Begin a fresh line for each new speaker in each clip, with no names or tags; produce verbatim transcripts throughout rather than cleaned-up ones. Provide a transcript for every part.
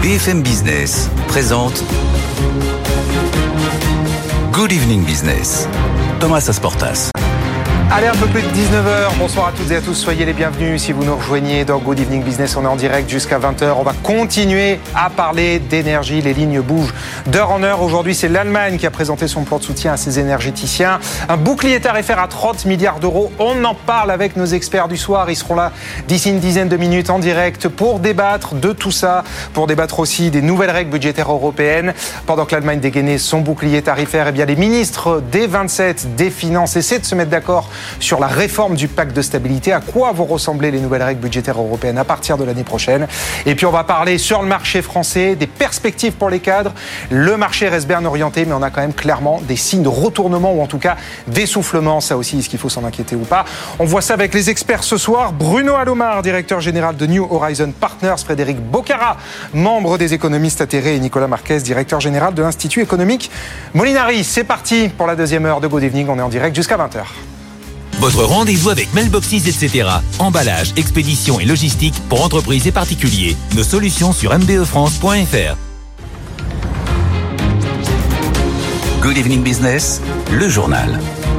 B F M Business présente Good Evening Business. Thomas Asportas.
Allez, un peu plus de dix-neuf heures, bonsoir à toutes et à tous, soyez les bienvenus si vous nous rejoignez dans Good Evening Business, on est en direct jusqu'à vingt heures, on va continuer à parler d'énergie, les lignes bougent d'heure en heure. Aujourd'hui, c'est l'Allemagne qui a présenté son plan de soutien à ses énergéticiens, un bouclier tarifaire à trente milliards d'euros, on en parle avec nos experts du soir, ils seront là d'ici une dizaine de minutes en direct pour débattre de tout ça, pour débattre aussi des nouvelles règles budgétaires européennes. Pendant que l'Allemagne dégainait son bouclier tarifaire, eh bien les ministres des vingt-sept des Finances essaient de se mettre d'accord sur la réforme du pacte de stabilité, à quoi vont ressembler les nouvelles règles budgétaires européennes à partir de l'année prochaine. Et puis on va parler sur le marché français, des perspectives pour les cadres. Le marché reste bien orienté, mais on a quand même clairement des signes de retournement ou en tout cas d'essoufflement. Ça aussi, est-ce qu'il faut s'en inquiéter ou pas? On voit ça avec les experts ce soir. Bruno Alomar, directeur général de New Horizon Partners, Frédéric Bocara, membre des économistes atterrés, et Nicolas Marquez, directeur général de l'Institut économique Molinari. C'est parti pour la deuxième heure de Good Evening. On est en direct jusqu'à vingt heures.
Votre rendez-vous avec Mailboxes, et cetera. Emballage, expédition et logistique pour entreprises et particuliers. Nos solutions sur m b e france point f r.
Good Evening Business, le journal.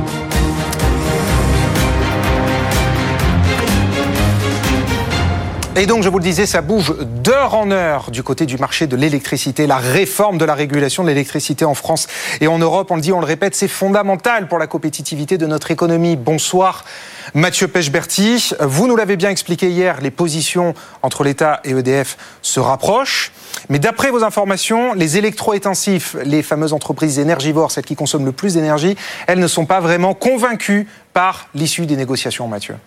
Et donc, je vous le disais, ça bouge d'heure en heure du côté du marché de l'électricité. La réforme de la régulation de l'électricité en France et en Europe, on le dit, on le répète, c'est fondamental pour la compétitivité de notre économie. Bonsoir, Mathieu Pechberti. Vous nous l'avez bien expliqué hier, les positions entre l'État et E D F se rapprochent. Mais d'après vos informations, les électro-intensifs, les fameuses entreprises énergivores, celles qui consomment le plus d'énergie, elles ne sont pas vraiment convaincues par l'issue des négociations, Mathieu.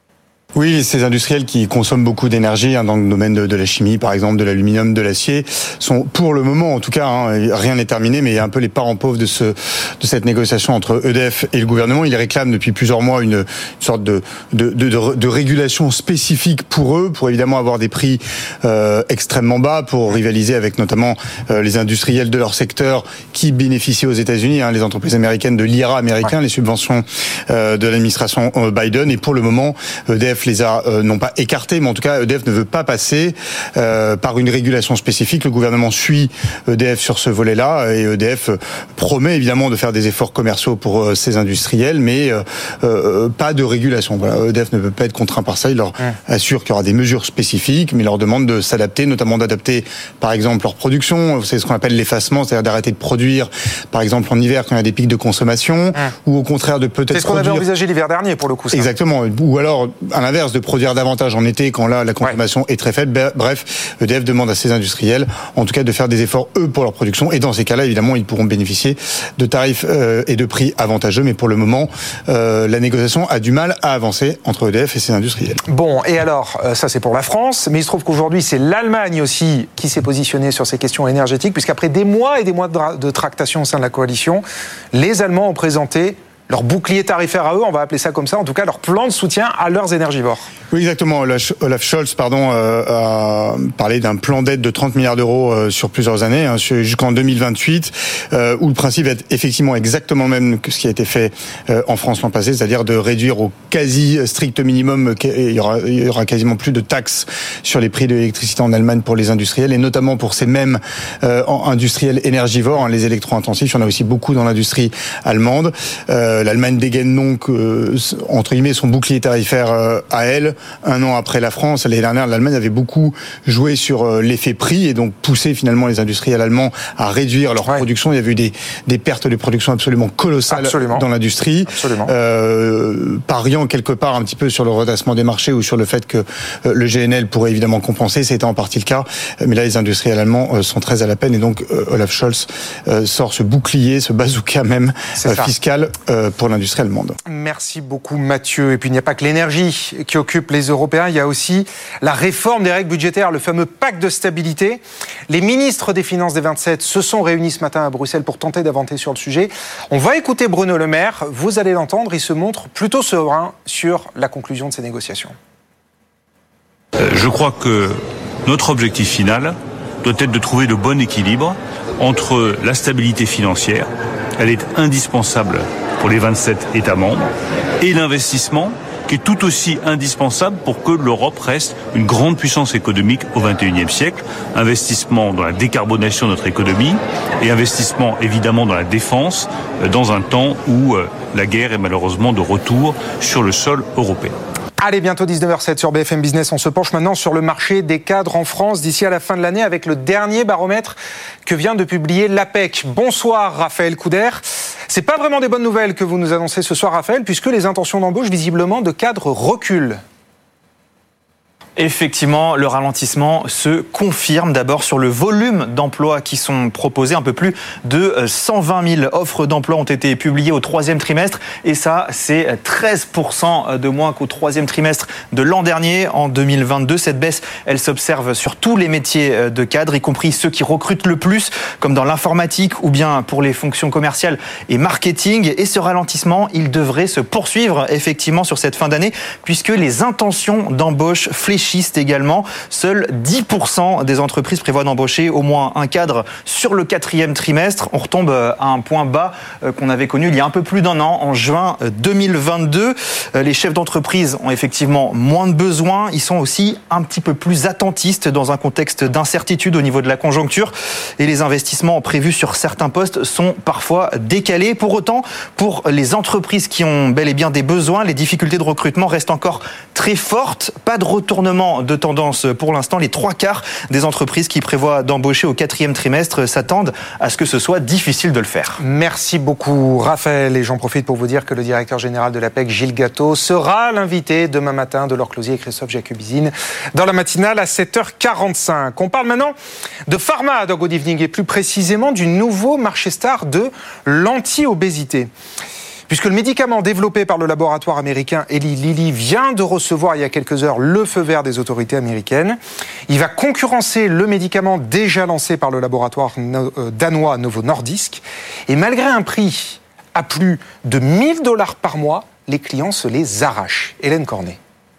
Oui, ces industriels qui consomment beaucoup d'énergie hein, dans le domaine de, de la chimie, par exemple, de l'aluminium, de l'acier, sont pour le moment, en tout cas, hein, rien n'est terminé, mais il y a un peu les parents pauvres de ce de cette négociation entre E D F et le gouvernement. Ils réclament depuis plusieurs mois une, une sorte de de, de de de régulation spécifique pour eux, pour évidemment avoir des prix euh, extrêmement bas, pour rivaliser avec notamment euh, les industriels de leur secteur qui bénéficient aux États-Unis, hein, les entreprises américaines de l'I R A américain, ouais. Les subventions euh, de l'administration euh, Biden. Et pour le moment, E D F les a euh, non pas écartés, mais en tout cas E D F ne veut pas passer euh, par une régulation spécifique. Le gouvernement suit E D F sur ce volet-là et E D F promet évidemment de faire des efforts commerciaux pour euh, ces industriels, mais euh, euh, pas de régulation. Voilà, E D F ne peut pas être contraint par ça. Il leur mmh. assure qu'il y aura des mesures spécifiques, mais il leur demande de s'adapter, notamment d'adapter par exemple leur production. C'est ce qu'on appelle l'effacement, c'est-à-dire d'arrêter de produire par exemple en hiver quand il y a des pics de consommation, mmh. ou au contraire de peut-être
C'est ce qu'on
produire...
avait envisagé l'hiver dernier pour le coup. Ça.
Exactement. Ou alors à l'inverse, de produire davantage en été quand là la consommation ouais. est très faible. Bref, E D F demande à ces industriels en tout cas de faire des efforts eux pour leur production, et dans ces cas-là évidemment ils pourront bénéficier de tarifs euh, et de prix avantageux, mais pour le moment euh, la négociation a du mal à avancer entre E D F et ces industriels.
Bon, et alors ça c'est pour la France, mais il se trouve qu'aujourd'hui c'est l'Allemagne aussi qui s'est positionnée sur ces questions énergétiques, puisqu'après des mois et des mois de, dra- de tractation au sein de la coalition, les Allemands ont présenté leur bouclier tarifaire à eux, on va appeler ça comme ça, en tout cas leur plan de soutien à leurs énergivores.
Oui, exactement. Olaf Scholz, pardon, euh, a parlé d'un plan d'aide de trente milliards d'euros euh, sur plusieurs années, hein, jusqu'en deux mille vingt-huit, euh, où le principe est effectivement exactement le même que ce qui a été fait euh, en France l'an passé, c'est-à-dire de réduire au quasi strict minimum. Il y aura, il y aura quasiment plus de taxes sur les prix de l'électricité en Allemagne pour les industriels, et notamment pour ces mêmes euh, industriels énergivores, hein, les électro-intensifs. Il y en a aussi beaucoup dans l'industrie allemande. Euh, L'Allemagne dégaine donc, euh, entre guillemets, son bouclier tarifaire euh, à elle, un an après la France. L'année dernière, l'Allemagne avait beaucoup joué sur euh, l'effet prix et donc poussé finalement les industriels allemands à réduire leur ouais. production. Il y avait eu des, des pertes de production absolument colossales absolument. dans l'industrie, euh, pariant quelque part un petit peu sur le redressement des marchés ou sur le fait que euh, le G N L pourrait évidemment compenser. C'était en partie le cas, mais là les industriels allemands euh, sont très à la peine, et donc euh, Olaf Scholz euh, sort ce bouclier, ce bazooka même euh, fiscal euh, pour l'industrie allemande.
Merci beaucoup Mathieu. Et puis il n'y a pas que l'énergie qui occupe les Européens, il y a aussi la réforme des règles budgétaires, le fameux pacte de stabilité. Les ministres des Finances des vingt-sept se sont réunis ce matin à Bruxelles pour tenter d'avancer sur le sujet. On va écouter Bruno Le Maire, vous allez l'entendre, il se montre plutôt serein sur la conclusion de ces négociations.
Je crois que notre objectif final doit être de trouver le bon équilibre entre la stabilité financière, elle est indispensable pour les vingt-sept États membres, et l'investissement qui est tout aussi indispensable pour que l'Europe reste une grande puissance économique au vingt et unième siècle. Investissement dans la décarbonation de notre économie et investissement évidemment dans la défense, dans un temps où la guerre est malheureusement de retour sur le sol européen.
Allez, bientôt dix-neuf heures zéro sept sur B F M Business. On se penche maintenant sur le marché des cadres en France d'ici à la fin de l'année avec le dernier baromètre que vient de publier l'APEC. Bonsoir Raphaël Couder. C'est pas vraiment des bonnes nouvelles que vous nous annoncez ce soir, Raphaël, puisque les intentions d'embauche visiblement de cadres reculent.
Effectivement, le ralentissement se confirme d'abord sur le volume d'emplois qui sont proposés. Un peu plus de cent vingt mille offres d'emploi ont été publiées au troisième trimestre. Et ça, c'est treize pour cent de moins qu'au troisième trimestre de l'an dernier, en deux mille vingt-deux. Cette baisse, elle s'observe sur tous les métiers de cadre, y compris ceux qui recrutent le plus, comme dans l'informatique ou bien pour les fonctions commerciales et marketing. Et ce ralentissement, il devrait se poursuivre effectivement sur cette fin d'année, puisque les intentions d'embauche fléchissent également. Seuls dix pour cent des entreprises prévoient d'embaucher au moins un cadre sur le quatrième trimestre. On retombe à un point bas qu'on avait connu il y a un peu plus d'un an, en juin deux mille vingt-deux. Les chefs d'entreprise ont effectivement moins de besoins. Ils sont aussi un petit peu plus attentistes dans un contexte d'incertitude au niveau de la conjoncture. Et les investissements prévus sur certains postes sont parfois décalés. Pour autant, pour les entreprises qui ont bel et bien des besoins, les difficultés de recrutement restent encore très fortes. Pas de retournement de tendance pour l'instant. Les trois quarts des entreprises qui prévoient d'embaucher au quatrième trimestre s'attendent à ce que ce soit difficile de le faire.
Merci beaucoup Raphaël, et j'en profite pour vous dire que le directeur général de l'APEC, Gilles Gâteau, sera l'invité demain matin de Laure Closier et Christophe Jacubizine dans la matinale à sept heures quarante-cinq. On parle maintenant de pharma dans Good Evening et plus précisément du nouveau marché star de l'anti-obésité. Puisque le médicament développé par le laboratoire américain Eli Lilly vient de recevoir il y a quelques heures le feu vert des autorités américaines, il va concurrencer le médicament déjà lancé par le laboratoire danois Novo Nordisk. Et malgré un prix à plus de mille dollars par mois, les clients se les arrachent. Hélène Cornet.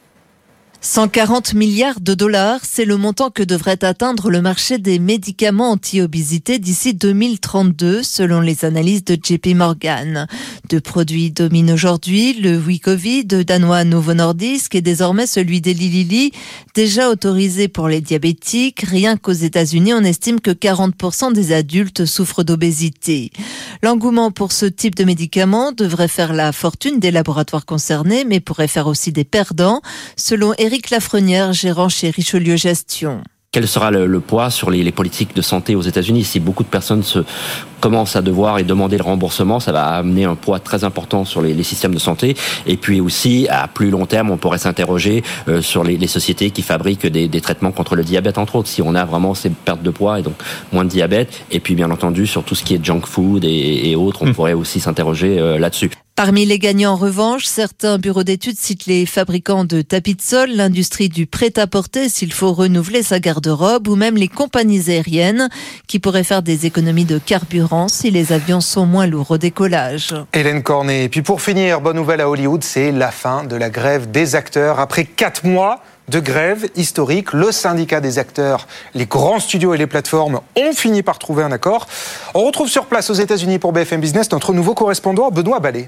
cent quarante milliards de dollars, c'est le montant que devrait atteindre le marché des médicaments anti-obésité d'ici deux mille trente-deux, selon les analyses de J P Morgan. Deux produits dominent aujourd'hui, le Wegovy de danois Novo Nordisk et désormais celui d'Eli Lilly, déjà autorisé pour les diabétiques. Rien qu'aux États-Unis, on estime que quarante pour cent des adultes souffrent d'obésité. L'engouement pour ce type de médicament devrait faire la fortune des laboratoires concernés, mais pourrait faire aussi des perdants, selon Éric Lafrenière, gérant chez Richelieu Gestion.
Quel sera le, le poids sur les, les politiques de santé aux États-Unis? Si beaucoup de personnes se commencent à devoir et demander le remboursement, ça va amener un poids très important sur les, les systèmes de santé. Et puis aussi, à plus long terme, on pourrait s'interroger euh, sur les, les sociétés qui fabriquent des, des traitements contre le diabète, entre autres. Si on a vraiment ces pertes de poids et donc moins de diabète, et puis bien entendu sur tout ce qui est junk food et, et autres, on mmh. pourrait aussi s'interroger euh, là-dessus.
Parmi les gagnants, en revanche, certains bureaux d'études citent les fabricants de tapis de sol, l'industrie du prêt-à-porter s'il faut renouveler sa garde-robe, ou même les compagnies aériennes qui pourraient faire des économies de carburant si les avions sont moins lourds au décollage.
Hélène Cornet. Et puis pour finir, bonne nouvelle à Hollywood, c'est la fin de la grève des acteurs. Après quatre mois de grève historique, le syndicat des acteurs, les grands studios et les plateformes ont fini par trouver un accord. On retrouve sur place aux États-Unis pour B F M Business notre nouveau correspondant Benoît Ballet.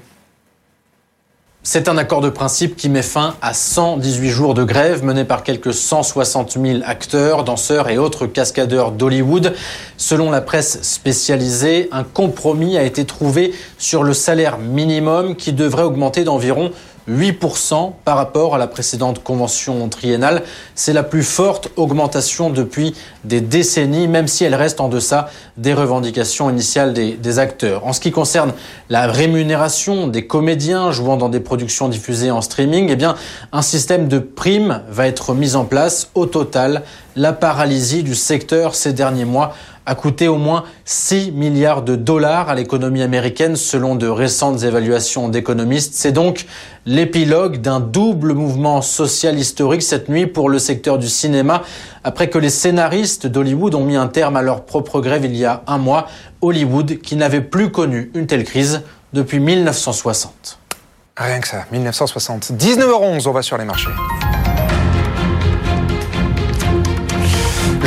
C'est un accord de principe qui met fin à cent dix-huit jours de grève menée par quelques cent soixante mille acteurs, danseurs et autres cascadeurs d'Hollywood. Selon la presse spécialisée, un compromis a été trouvé sur le salaire minimum qui devrait augmenter d'environ huit pour cent par rapport à la précédente convention triennale. C'est la plus forte augmentation depuis des décennies, même si elle reste en deçà des revendications initiales des, des acteurs. En ce qui concerne la rémunération des comédiens jouant dans des productions diffusées en streaming, eh bien, un système de primes va être mis en place. Au total, la paralysie du secteur ces derniers mois a coûté au moins six milliards de dollars à l'économie américaine selon de récentes évaluations d'économistes. C'est donc l'épilogue d'un double mouvement social historique cette nuit pour le secteur du cinéma. Après que les scénaristes d'Hollywood ont mis un terme à leur propre grève il y a un mois, Hollywood qui n'avait plus connu une telle crise depuis mille neuf cent soixante.
Rien que ça, mille neuf cent soixante. dix-neuf heures onze, on va sur les marchés. Je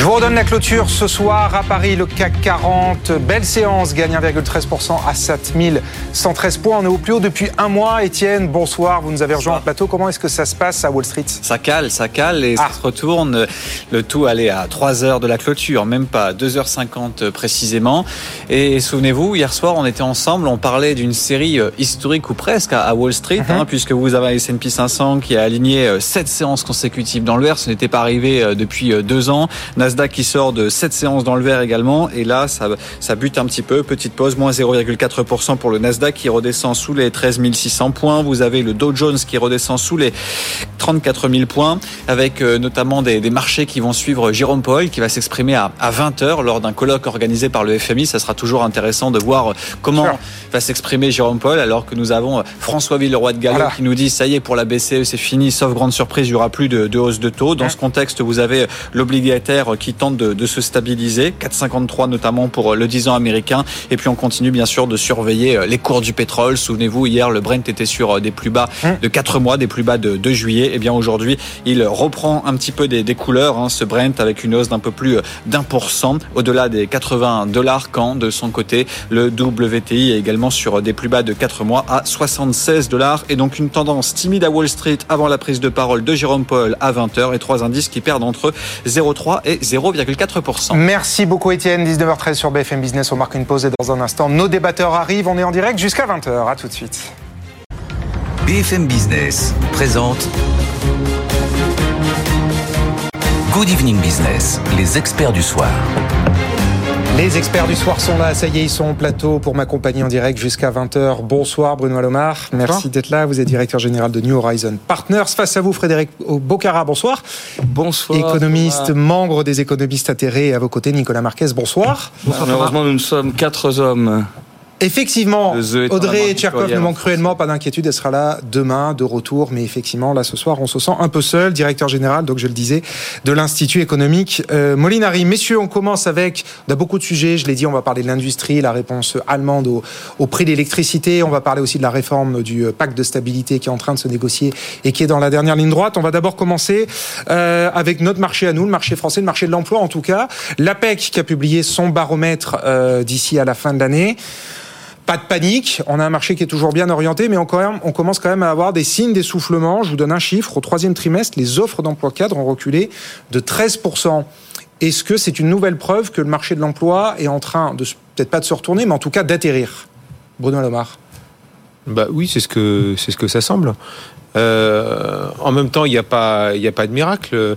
vous redonne la clôture ce soir à Paris, le C A C quarante. Belle séance, gagne un virgule treize pour cent à sept mille cent treize points. On est au plus haut depuis un mois. Étienne, bonsoir. Vous nous avez rejoint au plateau. Comment est-ce que ça se passe à Wall Street ?
Ça cale, ça cale et
ah.
ça se retourne. Le tout allait à trois heures de la clôture, même pas deux heures cinquante précisément. Et souvenez-vous, hier soir, on était ensemble, on parlait d'une série historique ou presque à Wall Street, mm-hmm. hein, puisque vous avez S and P cinq cents qui a aligné sept séances consécutives dans le vert. Ce n'était pas arrivé depuis deux ans. Nasdaq qui sort de sept séances dans le vert également, et là ça, ça bute un petit peu, petite pause, moins zéro virgule quatre pour cent pour le Nasdaq qui redescend sous les treize mille six cents points. Vous avez le Dow Jones qui redescend sous les trente-quatre mille points, avec euh, notamment des, des marchés qui vont suivre Jérôme Powell qui va s'exprimer à, à vingt heures lors d'un colloque organisé par le F M I. Ça sera toujours intéressant de voir comment sure. va s'exprimer Jérôme Powell, alors que nous avons François Villeroy de Galhau voilà. qui nous dit ça y est, pour la B C E c'est fini, sauf grande surprise, il n'y aura plus de, de hausse de taux. Dans ouais. ce contexte, vous avez l'obligataire qui tente de, de se stabiliser, quatre virgule cinquante-trois notamment pour le dix ans américain, et puis on continue bien sûr de surveiller les cours du pétrole. Souvenez-vous, hier le Brent était sur des plus bas de quatre mois, des plus bas de, de juillet. Et bien aujourd'hui, il reprend un petit peu des, des couleurs, hein, ce Brent, avec une hausse d'un peu plus d'un pour cent, au-delà des quatre-vingts dollars, quand de son côté le W T I est également sur des plus bas de quatre mois à soixante-seize dollars. Et donc une tendance timide à Wall Street avant la prise de parole de Jérôme Powell à vingt heures, et trois indices qui perdent entre zéro virgule trois et zéro virgule quatre pour cent.
Merci beaucoup Étienne. dix-neuf heures treize sur B F M Business. On marque une pause et dans un instant, nos débatteurs arrivent. On est en direct jusqu'à vingt heures. À tout de suite.
B F M Business présente Good Evening Business, les experts du soir.
Les experts du soir sont là, ça y est, ils sont au plateau pour m'accompagner en direct jusqu'à vingt heures. Bonsoir Bruno Alomar, merci bonsoir. D'être là. Vous êtes directeur général de New Horizon Partners. Face à vous, Frédéric Bocara, bonsoir.
Bonsoir.
Économiste,
bonsoir.
membre des économistes atterrés. À vos côtés, Nicolas Marquez, bonsoir.
Bonsoir. Malheureusement, nous ne sommes quatre hommes.
Effectivement, Audrey Tcherkov nous manque cruellement, pas d'inquiétude, elle sera là demain, de retour, mais effectivement, là ce soir, on se sent un peu seul, directeur général, donc je le disais, de l'Institut économique euh, Molinari. Messieurs, on commence avec, on a beaucoup de sujets, je l'ai dit, on va parler de l'industrie, la réponse allemande au, au prix de l'électricité, on va parler aussi de la réforme du pacte de stabilité qui est en train de se négocier et qui est dans la dernière ligne droite. On va d'abord commencer euh, avec notre marché à nous, le marché français, le marché de l'emploi en tout cas. L'APEC qui a publié son baromètre euh, d'ici à la fin de l'année. Pas de panique, on a un marché qui est toujours bien orienté, mais on, quand même, on commence quand même à avoir des signes d'essoufflement. Je vous donne un chiffre, au troisième trimestre, les offres d'emploi cadre ont reculé de treize pour cent. Est-ce que c'est une nouvelle preuve que le marché de l'emploi est en train, de peut-être pas de se retourner, mais en tout cas d'atterrir ? Bruno Alomar.
Bah oui, c'est ce que, c'est ce que ça semble. Euh, en même temps, il n'y a pas, il n'y a pas de miracle.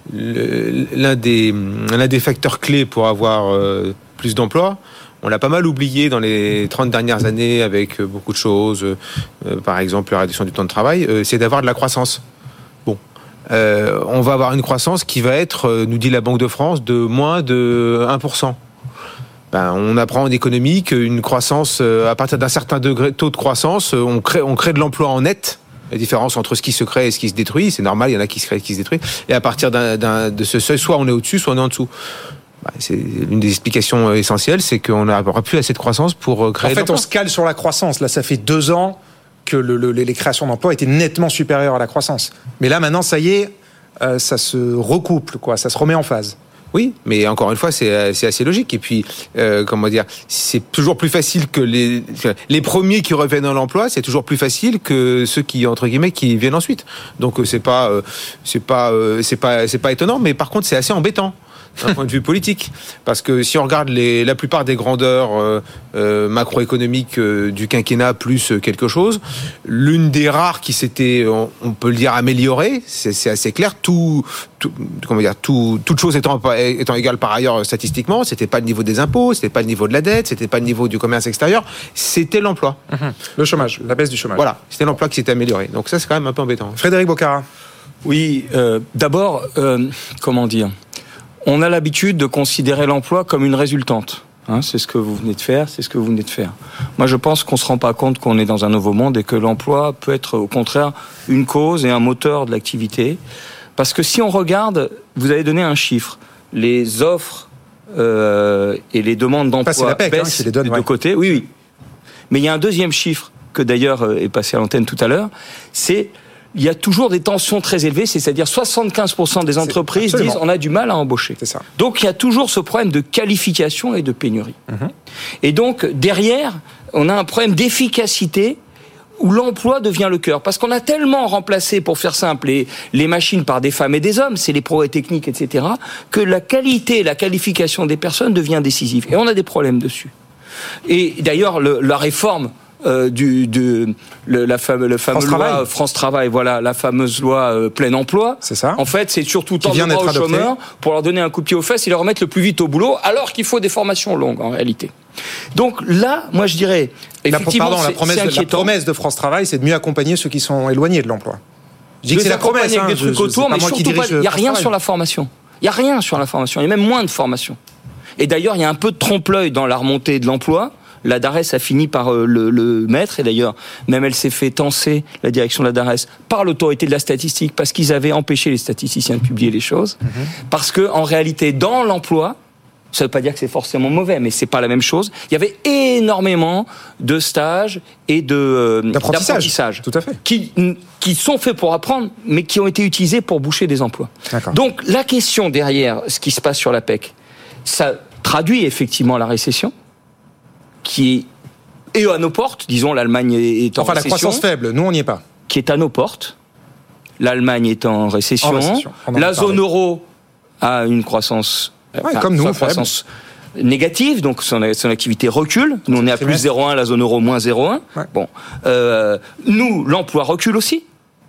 Le, l'un, des, l'un des facteurs clés pour avoir euh, plus d'emplois, on l'a pas mal oublié dans les trente dernières années avec beaucoup de choses, euh, par exemple la réduction du temps de travail, euh, c'est d'avoir de la croissance. Bon, euh, on va avoir une croissance qui va être, euh, nous dit la Banque de France, de moins de un pour cent. Ben, on apprend en économie qu'une croissance, euh, à partir d'un certain degré, taux de croissance, euh, on crée, on crée de l'emploi en net. La différence entre ce qui se crée et ce qui se détruit, c'est normal, il y en a qui se créent et qui se détruisent. Et à partir d'un, d'un, de ce seuil, soit on est au-dessus, soit on est en dessous. C'est l'une des explications essentielles, c'est qu'on n'aura plus assez de croissance pour créer.
En fait, on se cale sur la croissance. Là, ça fait deux ans que le, le, les créations d'emplois étaient nettement supérieures à la croissance. Mais là, maintenant, ça y est, euh, ça se recouple, quoi. Ça se remet en phase.
Oui, mais encore une fois, c'est, c'est assez logique. Et puis, euh, comment dire, c'est toujours plus facile que les les premiers qui reviennent dans l'emploi, c'est toujours plus facile que ceux qui, entre guillemets, qui viennent ensuite. Donc, c'est pas, euh, c'est pas, euh, c'est pas, c'est pas étonnant. Mais par contre, c'est assez embêtant d'un point de vue politique, parce que si on regarde les, la plupart des grandeurs euh, euh, macroéconomiques euh, du quinquennat plus quelque chose, l'une des rares qui s'était, on, on peut le dire, améliorée, c'est, c'est assez clair, tout, tout, comment dire, tout, toute chose étant, étant égale par ailleurs statistiquement, c'était pas le niveau des impôts, c'était pas le niveau de la dette, c'était pas le niveau du commerce extérieur, c'était l'emploi.
Mmh. Le chômage, la baisse du chômage.
Voilà, c'était l'emploi qui s'était amélioré. Donc ça, c'est quand même un peu embêtant.
Frédéric Bocara.
Oui, euh, d'abord, euh, comment dire ? On a l'habitude de considérer l'emploi comme une résultante. Hein, c'est ce que vous venez de faire, c'est ce que vous venez de faire. Moi, je pense qu'on ne se rend pas compte qu'on est dans un nouveau monde et que l'emploi peut être, au contraire, une cause et un moteur de l'activité. Parce que si on regarde, vous avez donné un chiffre. Les offres euh, et les demandes d'emploi
c'est la P E C,
baissent
hein, les donne,
des
ouais.
deux côtés. Oui, oui. Mais il y a un deuxième chiffre que d'ailleurs est passé à l'antenne tout à l'heure, c'est il y a toujours des tensions très élevées, c'est-à-dire soixante-quinze pour cent des entreprises disent on a du mal à embaucher.
C'est ça.
Donc il y a toujours ce problème de qualification et de pénurie. Mmh. Et donc derrière, on a un problème d'efficacité où l'emploi devient le cœur. Parce qu'on a tellement remplacé, pour faire simple, les, les machines par des femmes et des hommes, c'est les prouesses techniques, et cetera, que la qualité, la qualification des personnes devient décisive. Et on a des problèmes dessus. Et d'ailleurs, le, la réforme Euh, du, de le, la fame, le fameux
France
loi
Travail.
France Travail, voilà, la fameuse loi euh, plein emploi.
C'est ça.
En fait, c'est surtout
Qui
tendre
vient
le bras aux
d'être adopté.
chômeurs pour leur donner un coup de pied aux fesses et les remettre le plus vite au boulot, alors qu'il faut des formations longues en réalité. Donc là, moi je dirais,
La,
effectivement,
pardon, la
c'est,
promesse,
c'est
de, la promesse de France Travail, c'est de mieux accompagner ceux qui sont éloignés de l'emploi. Je dis que c'est la promesse.
Avec
hein,
des
je,
trucs
je,
autour, mais surtout pas. Il n'y a rien sur la formation. Il y a rien sur la formation. Il y a même moins de formation. Et d'ailleurs, il y a un peu de trompe-l'œil dans la remontée de l'emploi. La DARES a fini par euh, le, le mettre, et d'ailleurs, même elle s'est fait tancer, la direction de la DARES, par l'autorité de la statistique, parce qu'ils avaient empêché les statisticiens de publier les choses. Mmh. Parce que, en réalité, dans l'emploi, ça ne veut pas dire que c'est forcément mauvais, mais c'est pas la même chose. Il y avait énormément de stages et de euh,
d'apprentissage,
d'apprentissage
tout à fait,
qui qui sont faits pour apprendre, mais qui ont été utilisés pour boucher des emplois.
D'accord.
Donc, la question derrière ce qui se passe sur la P E C, ça traduit effectivement la récession, qui est à nos portes, disons, l'Allemagne est en
enfin,
récession.
Enfin, la croissance faible, nous, on n'y est pas.
Qui est à nos portes. L'Allemagne est en récession.
En récession.
La zone euro a une croissance,
ouais,
enfin,
comme nous,
croissance négative, donc son, son activité recule. Nous, on est à plus zéro virgule un, la zone euro moins zéro virgule un. Ouais. Bon, euh, nous, l'emploi recule aussi.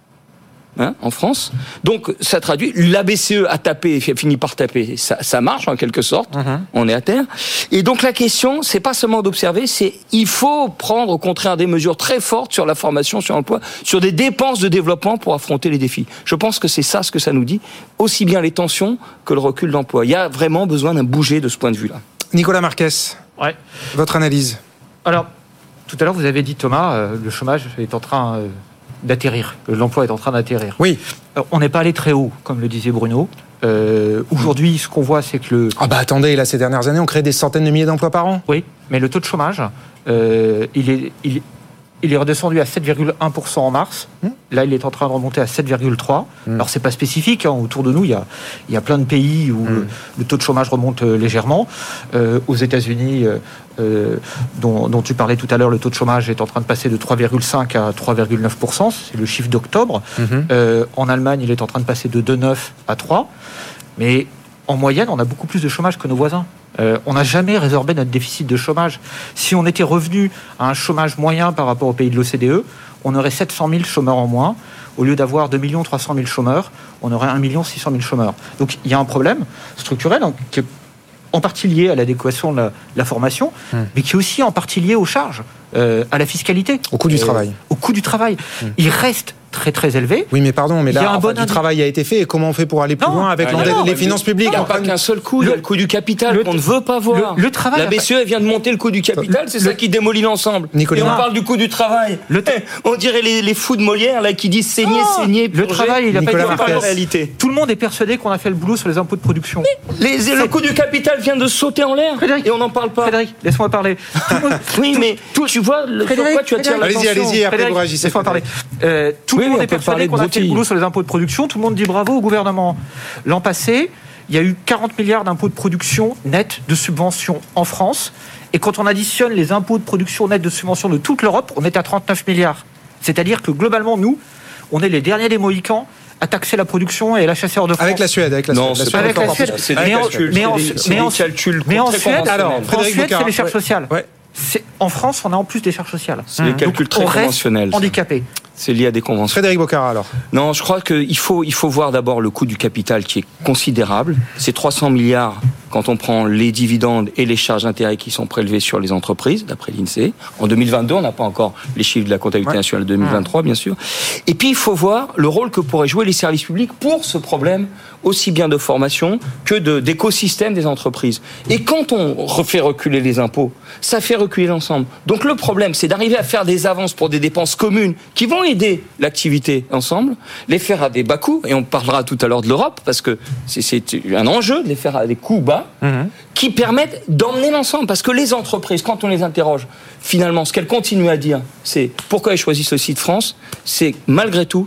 Hein, en France. Donc, ça traduit, la B C E a tapé, a fini par taper, ça, ça marche en quelque sorte, mmh. On est à terre. Et donc, la question, c'est pas seulement d'observer, c'est il faut prendre au contraire des mesures très fortes sur la formation, sur l'emploi, sur des dépenses de développement pour affronter les défis. Je pense que c'est ça ce que ça nous dit, aussi bien les tensions que le recul d'emploi. Il y a vraiment besoin d'un bouger de ce point de vue-là.
Nicolas Marquez,
ouais.
Votre analyse.
Alors, tout à l'heure, vous avez dit, Thomas, euh, le chômage est en train... Euh, d'atterrir. L'emploi est en train d'atterrir.
Oui.
Alors, on n'est pas allé très haut, comme le disait Bruno. Euh, aujourd'hui, ce qu'on voit, c'est que le...
Ah bah attendez, là, ces dernières années, on crée des centaines de milliers d'emplois par an.
Oui, mais le taux de chômage, euh, il est... Il, il est redescendu à sept virgule un pour cent en mars. Mmh. Là, il est en train de remonter à sept virgule trois. Mmh. Alors, c'est pas spécifique. Hein. Autour de nous, il y a, il y a plein de pays où mmh. le, le taux de chômage remonte euh, légèrement. Euh, aux États-Unis, euh, dont, dont tu parlais tout à l'heure, le taux de chômage est en train de passer de trois virgule cinq à trois virgule neuf pour cent. C'est le chiffre d'octobre. Mmh. Euh, en Allemagne, il est en train de passer de deux virgule neuf à trois. Mais en moyenne, on a beaucoup plus de chômage que nos voisins. Euh, on n'a jamais résorbé notre déficit de chômage. Si on était revenu à un chômage moyen par rapport aux pays de l'O C D E, on aurait sept cent mille chômeurs en moins. Au lieu d'avoir deux millions trois cent mille chômeurs, on aurait un million six cent mille chômeurs. Donc il y a un problème structurel donc, qui est en partie lié à l'adéquation de la, la formation, mmh. mais qui est aussi en partie lié aux charges, euh, à la fiscalité.
Au coût du
euh,
travail.
Au coût du travail. Mmh. Il reste très très élevé.
Oui, mais pardon, mais
il y a
là,
un
enfin,
bon
du
indi...
travail a été fait. Et comment on fait pour aller plus
non,
loin avec
non,
non,
non,
les finances publiques?
Il n'y a pas qu'un seul coût, le, il y a le coût du capital le, qu'on ne veut pas voir.
Le, le travail
la B C E vient de monter le coût du capital, c'est
le,
ça qui démolit l'ensemble.
Nicolas.
Et on parle du coût du travail. Le t- on dirait les, les fous de Molière là qui disent saigner, oh, saigner.
Le travail, il n'a pas été
fait en réalité.
Tout le monde est persuadé qu'on a fait le boulot sur les impôts de production.
Les, le coût du capital vient de sauter en l'air
Frédéric,
et on n'en parle pas.
Frédéric, laisse-moi parler.
Oui, mais tu vois, pourquoi tu attires l'attention?
Allez-y, allez-y, après vous réagissez.
Laisse-moi parler. Tout le monde est persuadé qu'on a fait le boulot sur les impôts de production, tout le monde dit bravo au gouvernement. L'an passé, il y a eu quarante milliards d'impôts de production nets de subventions en France. Et quand on additionne les impôts de production nets de subventions de toute l'Europe, on est à trente-neuf milliards. C'est-à-dire que globalement, nous, on est les derniers des Mohicans à taxer la production et la chasser hors de France.
Avec la Suède, avec la
non,
Suède.
C'est
avec la Suède.
C'est des calculs. Mais en Suède,
mais en Suède, alors, en Suède, c'est les charges
ouais.
sociales.
Ouais.
C'est, en France, on a en plus des charges sociales.
C'est mmh. les calculs
Donc,
très conventionnels.
Handicapés.
C'est lié à des conventions.
Frédéric Bocara, alors.
Non, je crois qu'il faut, il faut voir d'abord le coût du capital qui est considérable. C'est trois cents milliards quand on prend les dividendes et les charges d'intérêt qui sont prélevées sur les entreprises, d'après l'INSEE. En deux mille vingt-deux, on n'a pas encore les chiffres de la comptabilité ouais. nationale de deux mille vingt-trois, bien sûr. Et puis, il faut voir le rôle que pourraient jouer les services publics pour ce problème, aussi bien de formation que de, d'écosystème des entreprises. Et quand on refait reculer les impôts, ça fait reculer l'ensemble. Donc, le problème, c'est d'arriver à faire des avances pour des dépenses communes qui vont aider l'activité ensemble, les faire à des bas coûts, et on parlera tout à l'heure de l'Europe, parce que c'est, c'est un enjeu de les faire à des coûts bas, mmh. qui permettent d'emmener l'ensemble. Parce que les entreprises, quand on les interroge, finalement, ce qu'elles continuent à dire, c'est pourquoi elles choisissent le site France, c'est malgré tout,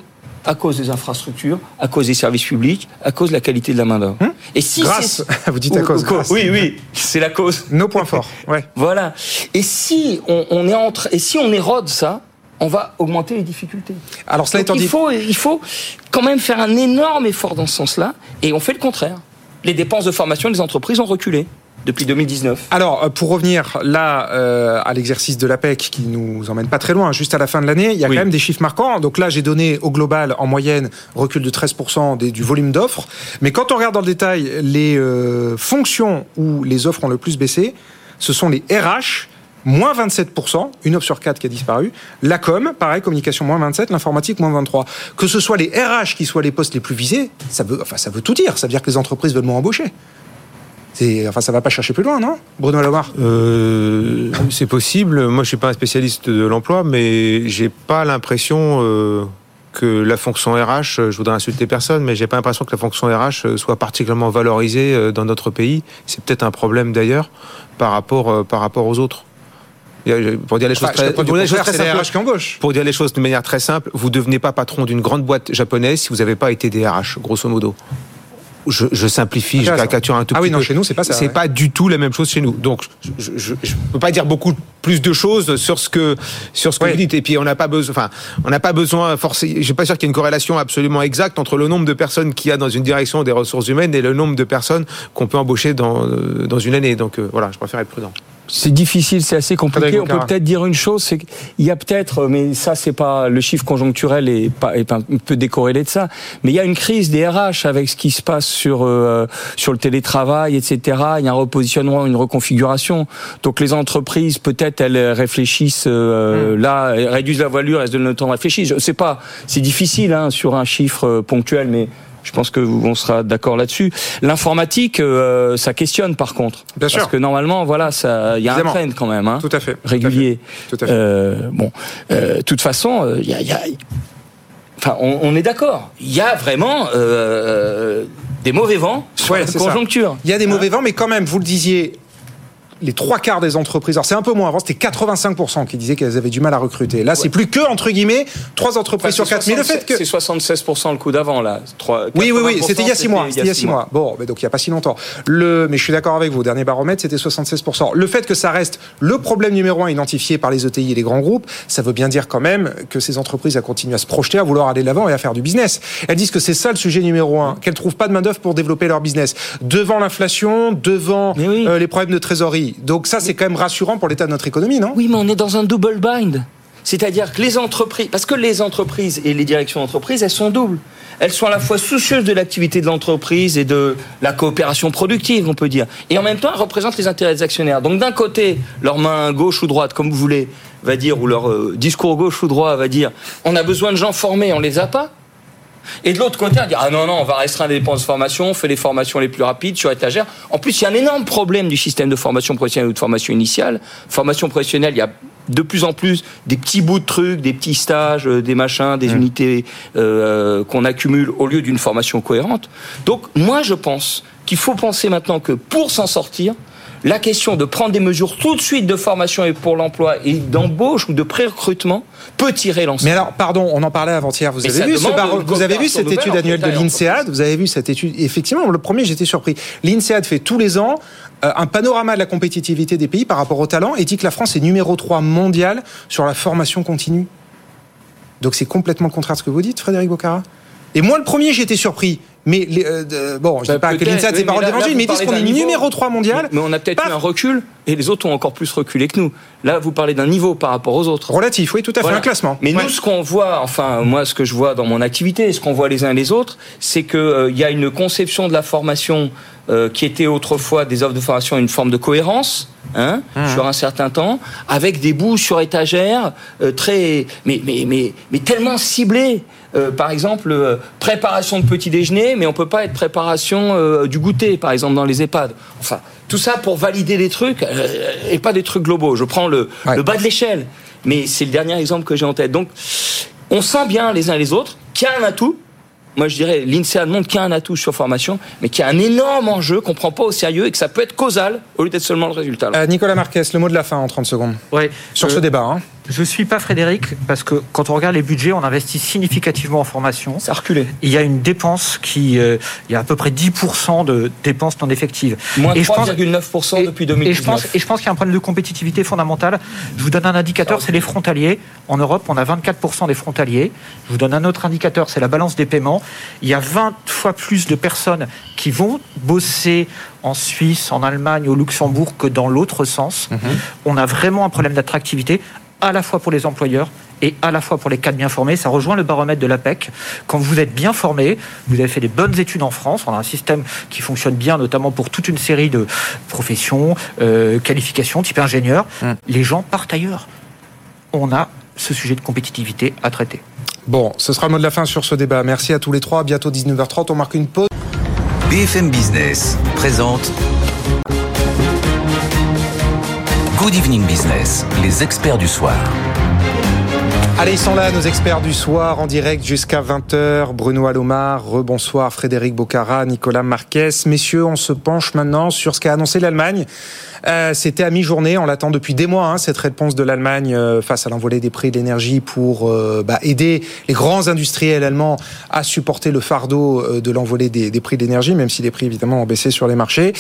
à cause des infrastructures, à cause des services publics, à cause de la qualité de la main-d'œuvre.
Hum
Et si
grâce,
c'est...
vous dites à cause.
Ou,
grâce.
Oui, oui, c'est la cause.
Nos points forts. Ouais.
Voilà. Et si on, on est entre, et si on érode ça, on va augmenter les difficultés.
Alors cela
Donc,
étant dit,
il faut, il faut quand même faire un énorme effort dans ce sens-là, et on fait le contraire. Les dépenses de formation des entreprises ont reculé depuis deux mille dix-neuf.
Alors, pour revenir là euh, à l'exercice de l'A P E C qui nous emmène pas très loin, juste à la fin de l'année, il y a oui. quand même des chiffres marquants. Donc là, j'ai donné au global, en moyenne, recul de treize pour cent des, du volume d'offres. Mais quand on regarde dans le détail les euh, fonctions où les offres ont le plus baissé, ce sont les R H, moins vingt-sept pour cent, une offre sur quatre qui a disparu. La com, pareil, communication, moins vingt-sept, l'informatique, moins vingt-trois. Que ce soit les R H qui soient les postes les plus visés, ça veut, enfin, ça veut tout dire. Ça veut dire que les entreprises veulent moins embaucher. C'est, enfin, ça va pas chercher plus loin, non, Bruno Lomar?
euh, C'est possible. Moi, je suis pas un spécialiste de l'emploi, mais j'ai pas l'impression euh, que la fonction R H, je voudrais insulter personne, mais j'ai pas l'impression que la fonction R H soit particulièrement valorisée dans notre pays. C'est peut-être un problème d'ailleurs par rapport, euh, par rapport aux autres. Pour dire les choses,
enfin,
très, pour dire les choses très
simples,
pour, pour dire les choses de manière très simple, vous devenez pas patron d'une grande boîte japonaise si vous n'avez pas été D R H, grosso modo. Je, je simplifie, je caricature un tout
ah
petit
oui, non,
peu.
Chez nous, c'est pas ça.
C'est ouais. pas du tout la même chose chez nous. Donc, je, je, je peux pas dire beaucoup plus de choses sur ce que sur ce que ouais. vous dites. Et puis, on n'a pas besoin. Enfin, on n'a pas besoin forcément. Je suis pas sûr qu'il y ait une corrélation absolument exacte entre le nombre de personnes qu'il y a dans une direction des ressources humaines et le nombre de personnes qu'on peut embaucher dans dans une année. Donc, euh, voilà, je préfère être prudent.
C'est difficile, c'est assez compliqué. On peut peut-être dire une chose, c'est qu'il y a peut-être, mais ça c'est pas le chiffre conjoncturel est pas est un peu décorrélé de ça, mais il y a une crise des R H avec ce qui se passe sur euh, sur le télétravail, et cetera. Il y a un repositionnement, une reconfiguration. Donc les entreprises peut-être elles réfléchissent euh, mmh. là, elles réduisent la voilure, elles se donnent le temps de réfléchir. Je sais pas, c'est difficile hein, sur un chiffre ponctuel, mais je pense que on sera d'accord là-dessus. L'informatique, euh, ça questionne par contre.
Bien sûr.
Parce que normalement, voilà, ça, il y a Évidemment. un trend quand même, hein.
Tout à fait.
Régulier.
Tout à fait.
Euh, bon, euh, toute façon, il euh, y, y a, enfin, on, on est d'accord. Il y a vraiment euh, des mauvais vents sur
ouais,
la conjoncture.
Il y a des mauvais hein. vents, mais quand même, vous le disiez. Les trois quarts des entreprises, alors c'est un peu moins, avant c'était quatre-vingt-cinq pour cent qui disaient qu'elles avaient du mal à recruter. Là, ouais. c'est plus que, entre guillemets, trois entreprises enfin, sur quatre. Mais le fait que...
C'est soixante-seize pour cent le coup d'avant, là. trois,
oui, oui, oui, c'était il y a six mois. C'était il y a six mois. mois. Bon, mais donc il n'y a pas si longtemps. Le... Mais je suis d'accord avec vous, au dernier baromètre, c'était soixante-seize pour cent. Le fait que ça reste le problème numéro un identifié par les E T I et les grands groupes, ça veut bien dire quand même que ces entreprises elles continuent à se projeter, à vouloir aller de l'avant et à faire du business. Elles disent que c'est ça le sujet numéro un, qu'elles ne trouvent pas de main-d'œuvre pour développer leur business. Devant l'inflation, devant oui. euh, les problèmes de trésorerie. Donc ça, c'est quand même rassurant pour l'état de notre économie, non?
Oui, mais on est dans un double bind. C'est-à-dire que les entreprises, parce que les entreprises et les directions d'entreprise, elles sont doubles. Elles sont à la fois soucieuses de l'activité de l'entreprise et de la coopération productive, on peut dire. Et en même temps, elles représentent les intérêts des actionnaires. Donc d'un côté, leur main gauche ou droite, comme vous voulez, va dire, ou leur euh, discours gauche ou droit va dire, on a besoin de gens formés, on les a pas. Et de l'autre côté, on va dire, ah non, non, on va restreindre les dépenses de formation, on fait les formations les plus rapides sur étagère. En plus, il y a un énorme problème du système de formation professionnelle ou de formation initiale. Formation professionnelle, il y a de plus en plus des petits bouts de trucs, des petits stages, des machins, des mmh. unités euh, qu'on accumule au lieu d'une formation cohérente. Donc, moi, je pense qu'il faut penser maintenant que pour s'en sortir, la question de prendre des mesures tout de suite de formation et pour l'emploi et d'embauche ou de pré-recrutement peut tirer l'ensemble.
Mais alors, pardon, on en parlait avant-hier. Vous avez vu, ce bar... vous avez vu cette étude annuelle de l'INSEAD? Vous avez vu cette étude? Effectivement, le premier, j'étais surpris. L'INSEAD fait tous les ans euh, un panorama de la compétitivité des pays par rapport au talent et dit que la France est numéro trois mondial sur la formation continue. Donc c'est complètement le contraire de ce que vous dites, Frédéric Bocara. Et moi, le premier, j'ai été surpris. Mais les, euh, bon, je ne bah, dis pas que l'INSEAD, c'est paroles d'évangile, mais ils disent qu'on est niveau, numéro trois mondial.
Mais, mais on a peut-être eu un recul, et les autres ont encore plus reculé que nous. Là, vous parlez d'un niveau par rapport aux autres.
Relatif, oui, tout à fait, voilà. Un classement.
Mais
ouais.
nous, ce qu'on voit, enfin, moi, ce que je vois dans mon activité, ce qu'on voit les uns et les autres, c'est qu'il euh, y a une conception de la formation euh, qui était autrefois des offres de formation, une forme de cohérence, hein, mmh. sur un certain temps, avec des bouts sur étagère, euh, très, mais, mais, mais, mais tellement ciblés. Euh, par exemple, euh, préparation de petit déjeuner, mais on peut pas être préparation euh, du goûter, par exemple, dans les EHPAD. Enfin, tout ça pour valider des trucs, euh, et pas des trucs globaux. Je prends le, ouais. le bas de l'échelle, mais c'est le dernier exemple que j'ai en tête. Donc, on sent bien les uns et les autres qu'il y a un atout. Moi, je dirais, l'INSEAD montre qu'il y a un atout sur formation, mais qu'il y a un énorme enjeu qu'on prend pas au sérieux et que ça peut être causal au lieu d'être seulement le résultat.
Euh, Nicolas Marquez, le mot de la fin en trente secondes.
Ouais.
Sur
euh,
ce débat, hein.
Je ne suis pas Frédéric, parce que quand on regarde les budgets, on investit significativement en formation.
Ça a reculé.
Il y a une dépense qui... Euh, il y a à peu près dix pour cent de dépenses non effectives.
Moins trois virgule neuf pour cent depuis deux mille dix-neuf.
Et je, pense, et je pense qu'il y a un problème de compétitivité fondamentale. Je vous donne un indicateur, c'est les frontaliers. En Europe, on a vingt-quatre pour cent des frontaliers. Je vous donne un autre indicateur, c'est la balance des paiements. Il y a vingt fois plus de personnes qui vont bosser en Suisse, en Allemagne, au Luxembourg que dans l'autre sens. Mmh. On a vraiment un problème d'attractivité, à la fois pour les employeurs et à la fois pour les cadres bien formés. Ça rejoint le baromètre de l'A P E C. Quand vous êtes bien formé, vous avez fait des bonnes études en France, on a un système qui fonctionne bien, notamment pour toute une série de professions, euh, qualifications, type ingénieur. Mmh. Les gens partent ailleurs. On a ce sujet de compétitivité à traiter.
Bon, ce sera le mot de la fin sur ce débat. Merci à tous les trois. Bientôt dix-neuf heures trente, on marque une pause.
B F M Business présente Good Evening Business, les experts du soir.
Allez, ils sont là, nos experts du soir, en direct jusqu'à vingt heures. Bruno Alomar, rebonsoir, Frédéric Bocara, Nicolas Marquez. Messieurs, on se penche maintenant sur ce qu'a annoncé l'Allemagne. Euh, c'était à mi-journée, on l'attend depuis des mois, hein, cette réponse de l'Allemagne euh, face à l'envolée des prix de l'énergie pour euh, bah, aider les grands industriels allemands à supporter le fardeau euh, de l'envolée des, des prix de l'énergie, même si les prix évidemment ont baissé sur les marchés.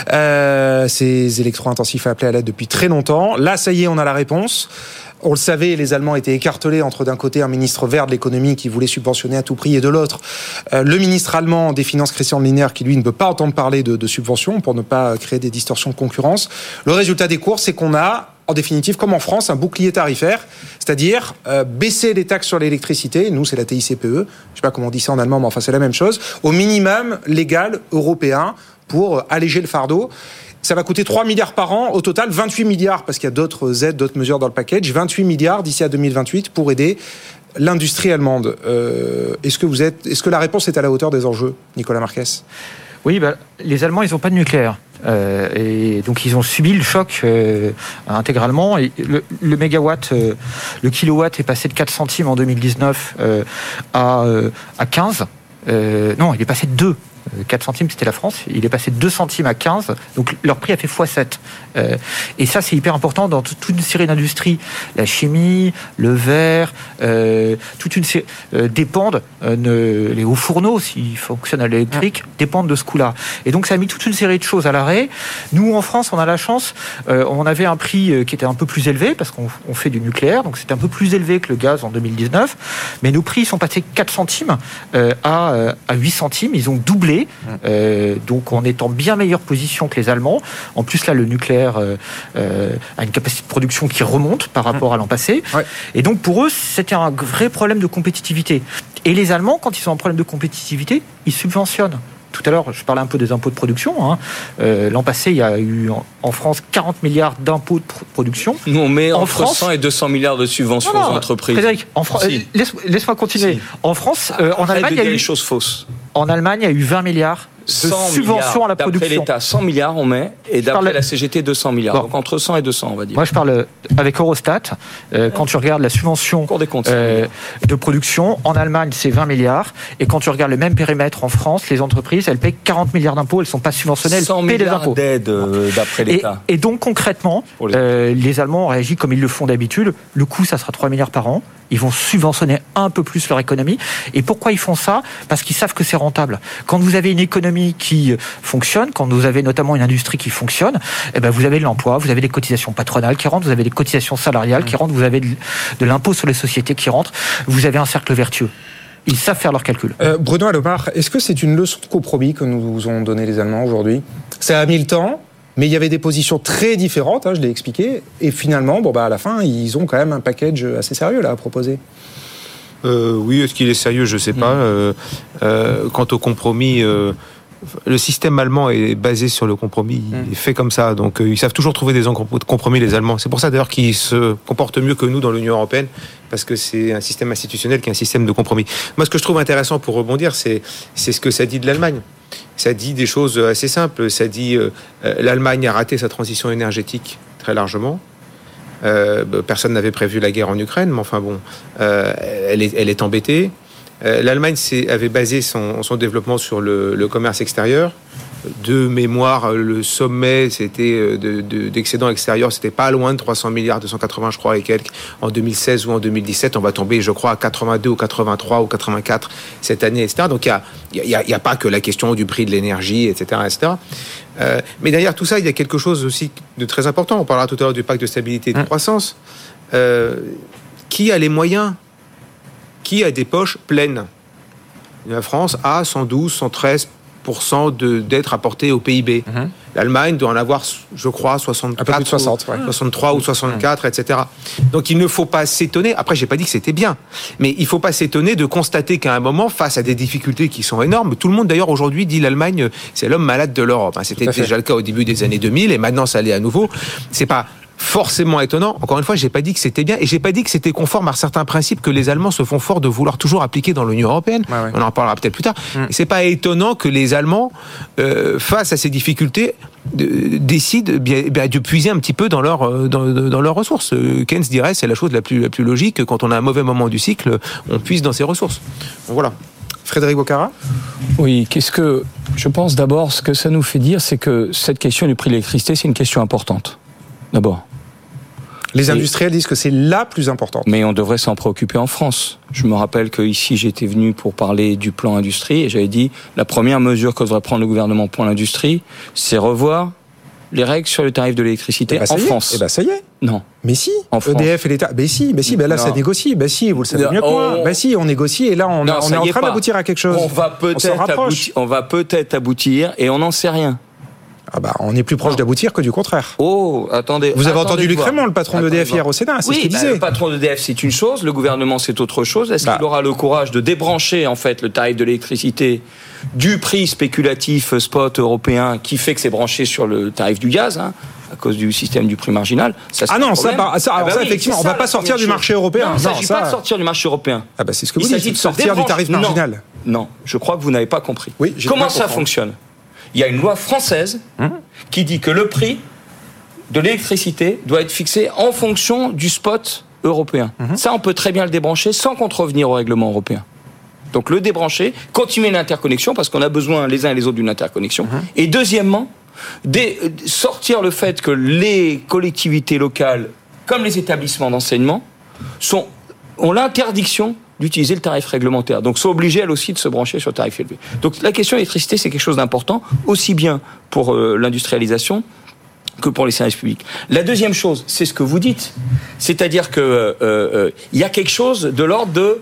Euh, ces électro-intensifs appelaient à l'aide depuis très longtemps. Là, ça y est, on a la réponse. On le savait, les Allemands étaient écartelés entre d'un côté un ministre vert de l'économie qui voulait subventionner à tout prix et de l'autre euh, le ministre allemand des Finances Christian Lindner qui lui ne peut pas entendre parler de, de subventions pour ne pas créer des distorsions de concurrence. Le résultat des courses, c'est qu'on a en définitive, comme en France, un bouclier tarifaire, c'est-à-dire euh, baisser les taxes sur l'électricité, nous c'est la T I C P E, je ne sais pas comment on dit ça en allemand, mais enfin c'est la même chose, au minimum légal européen pour alléger le fardeau. Ça va coûter trois milliards par an, au total vingt-huit milliards, parce qu'il y a d'autres aides, d'autres mesures dans le package, vingt-huit milliards d'ici à deux mille vingt-huit pour aider l'industrie allemande. Euh, est-ce que vous êtes, est-ce que la réponse est à la hauteur des enjeux, Nicolas Marquez ?
Oui, bah, les Allemands, ils n'ont pas de nucléaire. Euh, et donc, ils ont subi le choc euh, intégralement. Et le, le mégawatt, euh, le kilowatt est passé de quatre centimes en deux mille dix-neuf euh, à, euh, à quinze. Euh, non, il est passé de deux. quatre centimes, c'était la France. Il est passé de deux centimes à quinze. Donc, leur prix a fait fois sept. Euh, et ça, c'est hyper important dans toute une série d'industries. La chimie, le verre, euh, toute une série euh, dépendent, euh, ne, les hauts fourneaux, s'ils fonctionnent à l'électrique, ouais. dépendent de ce coût-là. Et donc, ça a mis toute une série de choses à l'arrêt. Nous, en France, on a la chance, euh, on avait un prix qui était un peu plus élevé, parce qu'on on fait du nucléaire, donc c'était un peu plus élevé que le gaz en deux mille dix-neuf. Mais nos prix sont passés de quatre centimes euh, à, euh, à huit centimes. Ils ont doublé. Euh, donc on est en bien meilleure position que les Allemands. En plus là le nucléaire euh, euh, a une capacité de production qui remonte par rapport à l'an passé. Ouais. Et donc pour eux c'était un vrai problème de compétitivité. Et les Allemands quand ils ont un problème de compétitivité, ils subventionnent. Tout à l'heure, je parlais un peu des impôts de production. Hein. Euh, l'an passé, il y a eu en, en France quarante milliards d'impôts de pr- production.
Nous, on met
en
entre
France,
cent et deux cents milliards de subventions non, non, aux entreprises.
Frédéric, en Fran- si. laisse, laisse-moi continuer. Si. En France, euh, en Allemagne, il y a eu
des choses fausses.
En Allemagne, il y a eu vingt milliards de subventions à la production.
D'après l'État, cent milliards on met, et d'après parle... la C G T, deux cents milliards. Bon. Donc entre cent et deux cents, on va dire.
Moi, je parle avec Eurostat. Euh, quand tu regardes la subvention
comptes,
euh, de production, en Allemagne, c'est vingt milliards. Et quand tu regardes le même périmètre en France, les entreprises, elles payent quarante milliards d'impôts. Elles ne sont pas subventionnées, elles paient des impôts.
D'aide, euh, d'après l'État.
Et, et donc, concrètement, les, euh, les Allemands ont réagi comme ils le font d'habitude. Le coût, ça sera trois milliards par an. Ils vont subventionner un peu plus leur économie. Et pourquoi ils font ça ? Parce qu'ils savent que c'est rentable. Quand vous avez une économie qui fonctionne, quand vous avez notamment une industrie qui fonctionne, eh ben vous avez de l'emploi, vous avez des cotisations patronales qui rentrent, vous avez des cotisations salariales qui rentrent, vous avez de, de l'impôt sur les sociétés qui rentre, vous avez un cercle vertueux. Ils savent faire leurs calculs.
Euh, Bruno Alomar, est-ce que c'est une leçon de compromis que nous ont donné les Allemands aujourd'hui ? Ça a mis le temps, mais il y avait des positions très différentes, hein, je l'ai expliqué, et finalement, bon, bah, à la fin, ils ont quand même un package assez sérieux là, à proposer.
Euh, oui, est-ce qu'il est sérieux ? Je ne sais mmh. pas. Euh, euh, quant au compromis... Euh Le système allemand est basé sur le compromis, il est fait comme ça, donc euh, ils savent toujours trouver des compromis, les Allemands. C'est pour ça d'ailleurs qu'ils se comportent mieux que nous dans l'Union européenne, parce que c'est un système institutionnel qui est un système de compromis. Moi, ce que je trouve intéressant pour rebondir, c'est, c'est ce que ça dit de l'Allemagne. Ça dit des choses assez simples. Ça dit euh, l'Allemagne a raté sa transition énergétique très largement. Euh, personne n'avait prévu la guerre en Ukraine, mais enfin bon, euh, elle est, elle est embêtée. L'Allemagne avait basé son, son développement sur le, le commerce extérieur. de mémoire, le sommet, c'était de, de, d'excédent extérieur, c'était pas loin de trois cents milliards, deux cent quatre-vingts, je crois, et quelques, en deux mille seize ou en deux mille dix-sept. On va tomber, je crois, à quatre-vingt-deux ou quatre-vingt-trois ou quatre-vingt-quatre cette année, et cetera. Donc, il y a, il y a, il y a pas que la question du prix de l'énergie, et cetera, et cetera. Euh, mais derrière tout ça, il y a quelque chose aussi de très important. On parlera tout à l'heure du pacte de stabilité et de croissance. Euh, qui a les moyens? Qui a des poches pleines? La France a cent douze, cent treize pour cent de dettes rapportées au P I B. Mmh. L'Allemagne doit en avoir, je crois, soixante-quatre,
un peu plus de soixante,
ou,
ouais.
soixante-trois ou soixante-quatre, mmh. et cetera. Donc il ne faut pas s'étonner. Après, j'ai pas dit que c'était bien, mais il ne faut pas s'étonner de constater qu'à un moment, face à des difficultés qui sont énormes, tout le monde d'ailleurs aujourd'hui dit l'Allemagne, c'est l'homme malade de l'Europe. C'était déjà le cas au début des années deux mille, et maintenant ça l'est à nouveau. C'est pas forcément étonnant. Encore une fois, j'ai pas dit que c'était bien, et j'ai pas dit que c'était conforme à certains principes que les Allemands se font fort de vouloir toujours appliquer dans l'Union européenne. Ouais, ouais. On en parlera peut-être plus tard. Mm. C'est pas étonnant que les Allemands, euh, face à ces difficultés, de, décident bien, bien, de puiser un petit peu dans, leur, dans, dans leurs ressources. Keynes dirait c'est la chose la plus, la plus logique. Quand on a un mauvais moment du cycle, on puise dans ses ressources. Donc, voilà.
Frédéric Bocara ?
Oui, qu'est-ce que je pense d'abord, ce que ça nous fait dire, c'est que cette question du prix de l'électricité, c'est une question importante. D'abord.
Les industriels disent que c'est la plus importante.
Mais on devrait s'en préoccuper en France. Je me rappelle qu'ici, j'étais venu pour parler du plan industrie et j'avais dit la première mesure que devrait prendre le gouvernement pour l'industrie, c'est revoir les règles sur le tarif de l'électricité
bah,
en France.
Eh ben ça y est.
Non.
Mais si.
En
E D F et l'État. Mais si, mais si. Ben là, non. Ça négocie. Ben si, vous le savez mieux que moi. Ben si, on négocie et là, on, non, on est en train d'aboutir à quelque chose.
On va peut-être
on
aboutir, on va peut-être aboutir et on n'en sait rien.
Ah bah, on est plus proche d'aboutir que du contraire.
Oh, attendez.
Vous avez
attendez
entendu Luc Rémond, le patron d'E D F hier au Sénat, c'est
oui,
ce qu'il
bah,
disait.
Le patron d'E D F, c'est une chose, le gouvernement, c'est autre chose. Est-ce bah. qu'il aura le courage de débrancher, en fait, le tarif de l'électricité du prix spéculatif spot européen qui fait que c'est branché sur le tarif du gaz, hein, à cause du système du prix marginal? Ça,
ah non, ça, bah, ça, alors ah bah ça oui, effectivement, on ne va pas sortir du marché européen.
Non, il ne s'agit
ça...
pas de sortir du marché européen.
Ah bah c'est ce que vous dites, de sortir du tarif marginal.
Non, non, je crois que vous n'avez pas compris.
Oui,
comment ça fonctionne? Il y a une loi française hum. qui dit que le prix de l'électricité doit être fixé en fonction du spot européen. Hum. Ça, on peut très bien le débrancher sans contrevenir au règlement européen. Donc le débrancher, continuer l'interconnexion, parce qu'on a besoin les uns et les autres d'une interconnexion. Hum. Et deuxièmement, des, sortir le fait que les collectivités locales, comme les établissements d'enseignement, sont, ont l'interdiction d'utiliser le tarif réglementaire. Donc, sont obligés, elles aussi, de se brancher sur le tarif élevé. Donc, la question de l'électricité, c'est quelque chose d'important, aussi bien pour euh, l'industrialisation que pour les services publics. La deuxième chose, c'est ce que vous dites. C'est-à-dire que euh, euh, y a quelque chose de l'ordre de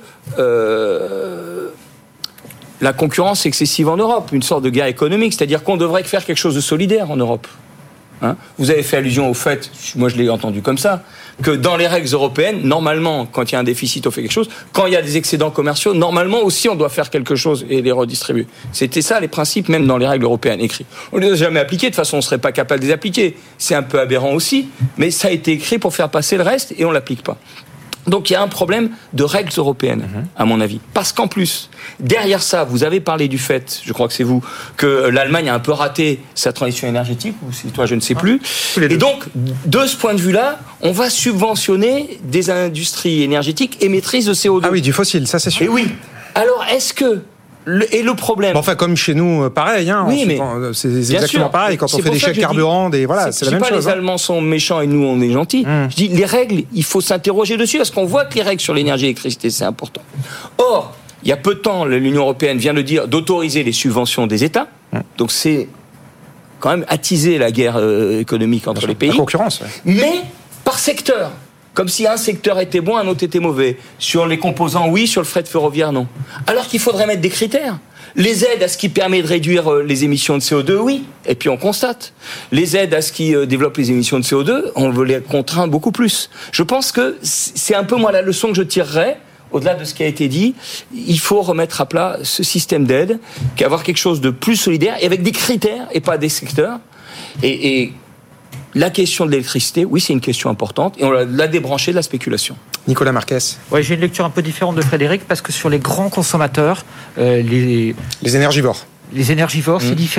euh, la concurrence excessive en Europe, une sorte de guerre économique. C'est-à-dire qu'on devrait faire quelque chose de solidaire en Europe. Hein, vous avez fait allusion au fait, moi je l'ai entendu comme ça, que dans les règles européennes, normalement, quand il y a un déficit, on fait quelque chose. Quand il y a des excédents commerciaux, normalement aussi, on doit faire quelque chose et les redistribuer. C'était ça les principes, même dans les règles européennes écrits. On ne les a jamais appliqués, de toute façon, on ne serait pas capable de les appliquer. C'est un peu aberrant aussi, mais ça a été écrit pour faire passer le reste et on ne l'applique pas. Donc il y a un problème de règles européennes, à mon avis. Parce qu'en plus, derrière ça, vous avez parlé du fait, je crois que c'est vous, que l'Allemagne a un peu raté sa transition énergétique, ou c'est toi, je ne sais plus. Et donc, de ce point de vue-là, on va subventionner des industries énergétiques émettrices de C O deux.
Ah oui, du fossile, ça c'est sûr.
Et oui. Alors, est-ce que... Le, et le problème.
Bon, enfin, comme chez nous, pareil, hein.
Oui, mais
c'est exactement sûr. pareil. Quand c'est on fait des chèques carburant, des voilà, c'est, c'est la même chose. Je dis pas les Allemands sont méchants et nous on est gentils. Mmh. Je dis les règles, il faut s'interroger dessus parce qu'on voit que les règles sur l'énergie et l'électricité c'est important. Or, il y a peu de temps, l'Union européenne vient de dire d'autoriser les subventions des États. Mmh. Donc c'est quand même attiser la guerre euh, économique entre Bien les pays. La concurrence. Ouais.
Mais par secteur. Comme si un secteur était bon, un autre était mauvais. Sur les composants, oui. Sur le fret ferroviaire, non. Alors qu'il faudrait mettre des critères. Les aides à ce qui permet de réduire les émissions de C O deux, oui. Et puis on constate. Les aides à ce qui développe les émissions de C O deux, on veut les contraindre beaucoup plus. Je pense que c'est un peu, moi, la leçon que je tirerais. Au-delà de ce qui a été dit, il faut remettre à plat ce système d'aide, qu'avoir quelque chose de plus solidaire, et avec des critères, et pas des secteurs. Et... et la question de l'électricité, oui, c'est une question importante et on l'a débranché de la spéculation.
Nicolas Marquez.
Oui, j'ai une lecture un peu différente de Frédéric parce que sur les grands consommateurs, euh, les...
Les énergivores.
Les énergivores, mmh. c'est différent.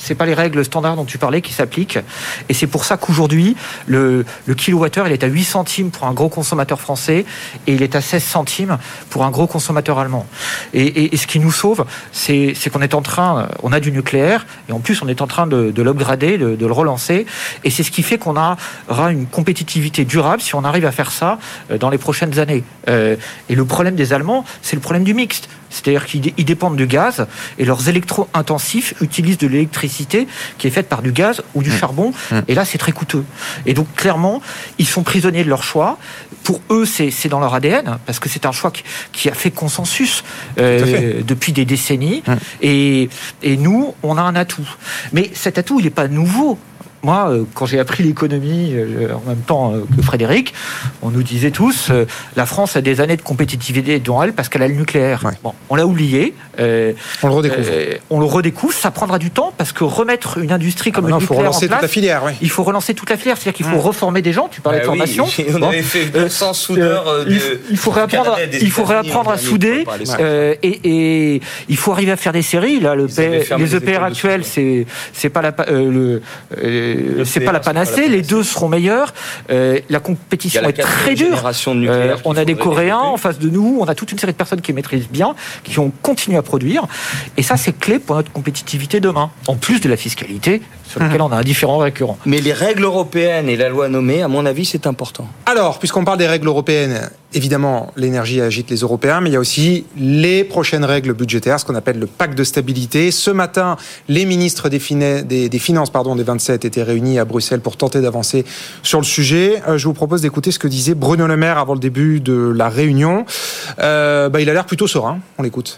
c'est pas les règles standards dont tu parlais qui s'appliquent. Et c'est pour ça qu'aujourd'hui, le, le kilowattheure, il est à huit centimes pour un gros consommateur français et il est à seize centimes pour un gros consommateur allemand. Et, et, et ce qui nous sauve, c'est, c'est qu'on est en train, on a du nucléaire et en plus on est en train de, de l'upgrader, de, de le relancer. Et c'est ce qui fait qu'on aura une compétitivité durable si on arrive à faire ça dans les prochaines années. Euh, et le problème des Allemands, c'est le problème du mixte. C'est-à-dire qu'ils ils dépendent du gaz et leurs électro-intensifs utilisent de l'électricité qui est faite par du gaz ou du mmh. charbon. Mmh. Et là, c'est très coûteux. Et donc, clairement, ils sont prisonniers de leur choix. Pour eux, c'est, c'est dans leur A D N parce que c'est un choix qui, qui a fait consensus euh, fait. depuis des décennies. Mmh. Et, et nous, on a un atout. Mais cet atout, il n'est pas nouveau. Moi, quand j'ai appris l'économie en même temps que Frédéric, on nous disait tous euh, la France a des années de compétitivité devant elle parce qu'elle a le nucléaire. Ouais. Bon, on l'a oublié. Euh,
on le redécouvre. Euh,
on le redécouvre. Ça prendra du temps parce que remettre une industrie comme ah, le non, nucléaire
il faut relancer
en place,
toute la filière. Ouais.
Il faut relancer toute la filière. C'est-à-dire qu'il faut mmh. reformer des gens. Tu parlais bah de formation.
Oui, on bon. avait fait deux cents soudeurs. Euh,
il, il faut réapprendre. Il faut réapprendre à souder. Euh, et, et il faut arriver à faire des séries. Là, le P, les E P R actuels, c'est c'est pas la euh, le, euh, c'est pas la panacée, les deux seront meilleurs. Euh, la compétition est très dure. Euh, on a des Coréens en face de nous, on a toute une série de personnes qui maîtrisent bien, qui ont continué à produire. Et ça, c'est clé pour notre compétitivité demain. En plus de la fiscalité, sur laquelle on a un différent récurrent.
Mais les règles européennes et la loi nommée, à mon avis, c'est important.
Alors, puisqu'on parle des règles européennes, évidemment, l'énergie agite les Européens, mais il y a aussi les prochaines règles budgétaires, ce qu'on appelle le pacte de stabilité. Ce matin, les ministres des, fina- des, des Finances pardon, des vingt-sept étaient réunis à Bruxelles pour tenter d'avancer sur le sujet. Euh, je vous propose d'écouter ce que disait Bruno Le Maire avant le début de la réunion. Euh, bah, il a l'air plutôt serein. On l'écoute.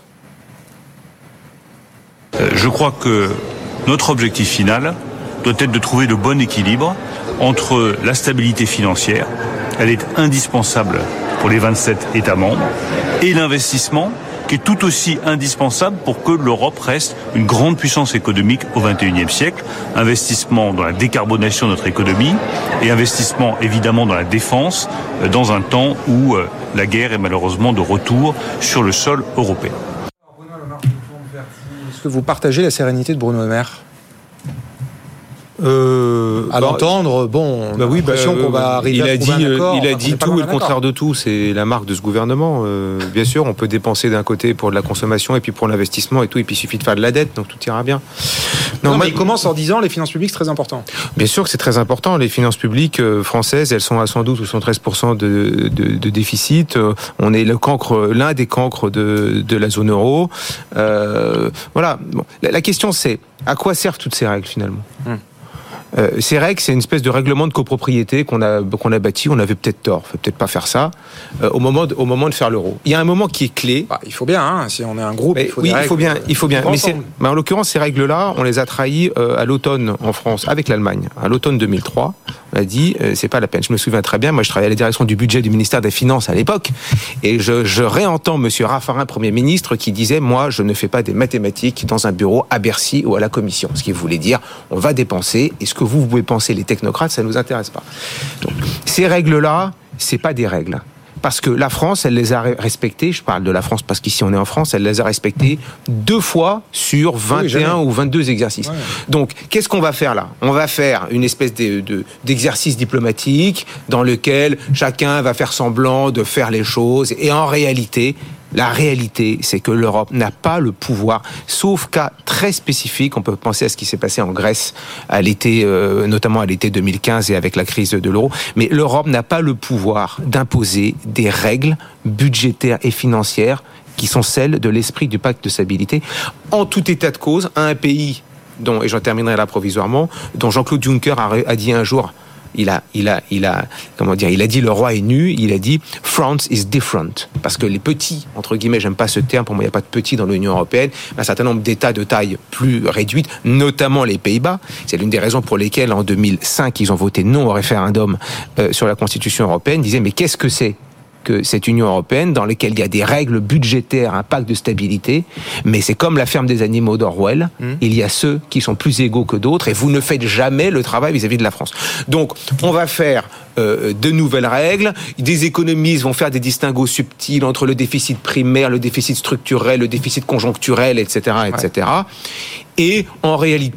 Euh, je crois que notre objectif final doit être de trouver le bon équilibre entre la stabilité financière, elle est indispensable pour les vingt-sept États membres, et l'investissement, qui est tout aussi indispensable pour que l'Europe reste une grande puissance économique au vingt et unième siècle. Investissement dans la décarbonation de notre économie et investissement évidemment dans la défense dans un temps où la guerre est malheureusement de retour sur le sol européen.
Est-ce que vous partagez la sérénité de Bruno Le Maire ?
Euh,
à bah, l'entendre, bon,
bah oui, bah,
l'impression qu'on va arriver
il
à
a
trouver
dit,
un accord.
Il a dit tout et le contraire de tout. C'est la marque de ce gouvernement. Euh, bien sûr, on peut dépenser d'un côté pour de la consommation et puis pour l'investissement et tout. Et puis il suffit de faire de la dette, donc tout ira bien.
Non, non mais il commence en disant les finances publiques, c'est très important.
Bien sûr que c'est très important. Les finances publiques euh, françaises, elles sont à cent douze ou cent treize pour cent de, de, de déficit. Euh, on est le cancre, l'un des cancres de, de la zone euro. Euh, voilà. Bon. La, la question, c'est à quoi servent toutes ces règles finalement ? hum. Euh, ces règles, c'est une espèce de règlement de copropriété qu'on a qu'on a bâti. On avait peut-être tort, faut peut-être pas faire ça euh, au moment de, au moment de faire l'euro. Il y a un moment qui est clé.
Bah, il faut bien, hein, si on est un groupe.
Mais,
il faut
oui,
des règles,
il faut bien, il faut bien. Mais, c'est,
ensemble.
mais en l'occurrence, ces règles-là, on les a trahies euh, à l'automne en France avec l'Allemagne. À l'automne deux mille trois, on a dit euh, c'est pas la peine. Je me souviens très bien. Moi, je travaillais à la direction du budget du ministère des Finances à l'époque, et je, je réentends Monsieur Raffarin, Premier ministre, qui disait moi, je ne fais pas des mathématiques dans un bureau à Bercy ou à la Commission. Ce qui voulait dire on va dépenser. Et ce que vous, vous pouvez penser les technocrates, ça nous intéresse pas. Donc, ces règles-là, c'est pas des règles. Parce que la France, elle les a respectées, je parle de la France parce qu'ici on est en France, elle les a respectées deux fois sur vingt et un oui, ou vingt-deux exercices. Ouais. Donc, qu'est-ce qu'on va faire là ? On va faire une espèce de, de, d'exercice diplomatique dans lequel chacun va faire semblant de faire les choses et en réalité, la réalité, c'est que l'Europe n'a pas le pouvoir, sauf cas très spécifique. On peut penser à ce qui s'est passé en Grèce à l'été, euh, notamment à l'été deux mille quinze et avec la crise de l'euro. Mais l'Europe n'a pas le pouvoir d'imposer des règles budgétaires et financières qui sont celles de l'esprit du pacte de stabilité. En tout état de cause, à un pays dont, et j'en terminerai là provisoirement, dont Jean-Claude Juncker a, a dit un jour. Il a, il a, il a, comment dire, il a dit le roi est nu, il a dit France is different. Parce que les petits, entre guillemets, j'aime pas ce terme, pour moi il n'y a pas de petits dans l'Union européenne, un certain nombre d'États de taille plus réduite, notamment les Pays-Bas. C'est l'une des raisons pour lesquelles en deux mille cinq, ils ont voté non au référendum euh, sur la Constitution européenne, ils disaient mais qu'est-ce que c'est que cette Union européenne dans laquelle il y a des règles budgétaires, un pacte de stabilité, mais c'est comme la ferme des animaux d'Orwell, mmh. il y a ceux qui sont plus égaux que d'autres et vous ne faites jamais le travail vis-à-vis de la France. Donc, on va faire euh, de nouvelles règles, des économistes vont faire des distinguos subtils entre le déficit primaire, le déficit structurel, le déficit conjoncturel, et cetera, et cetera. Ouais. Et en réalité,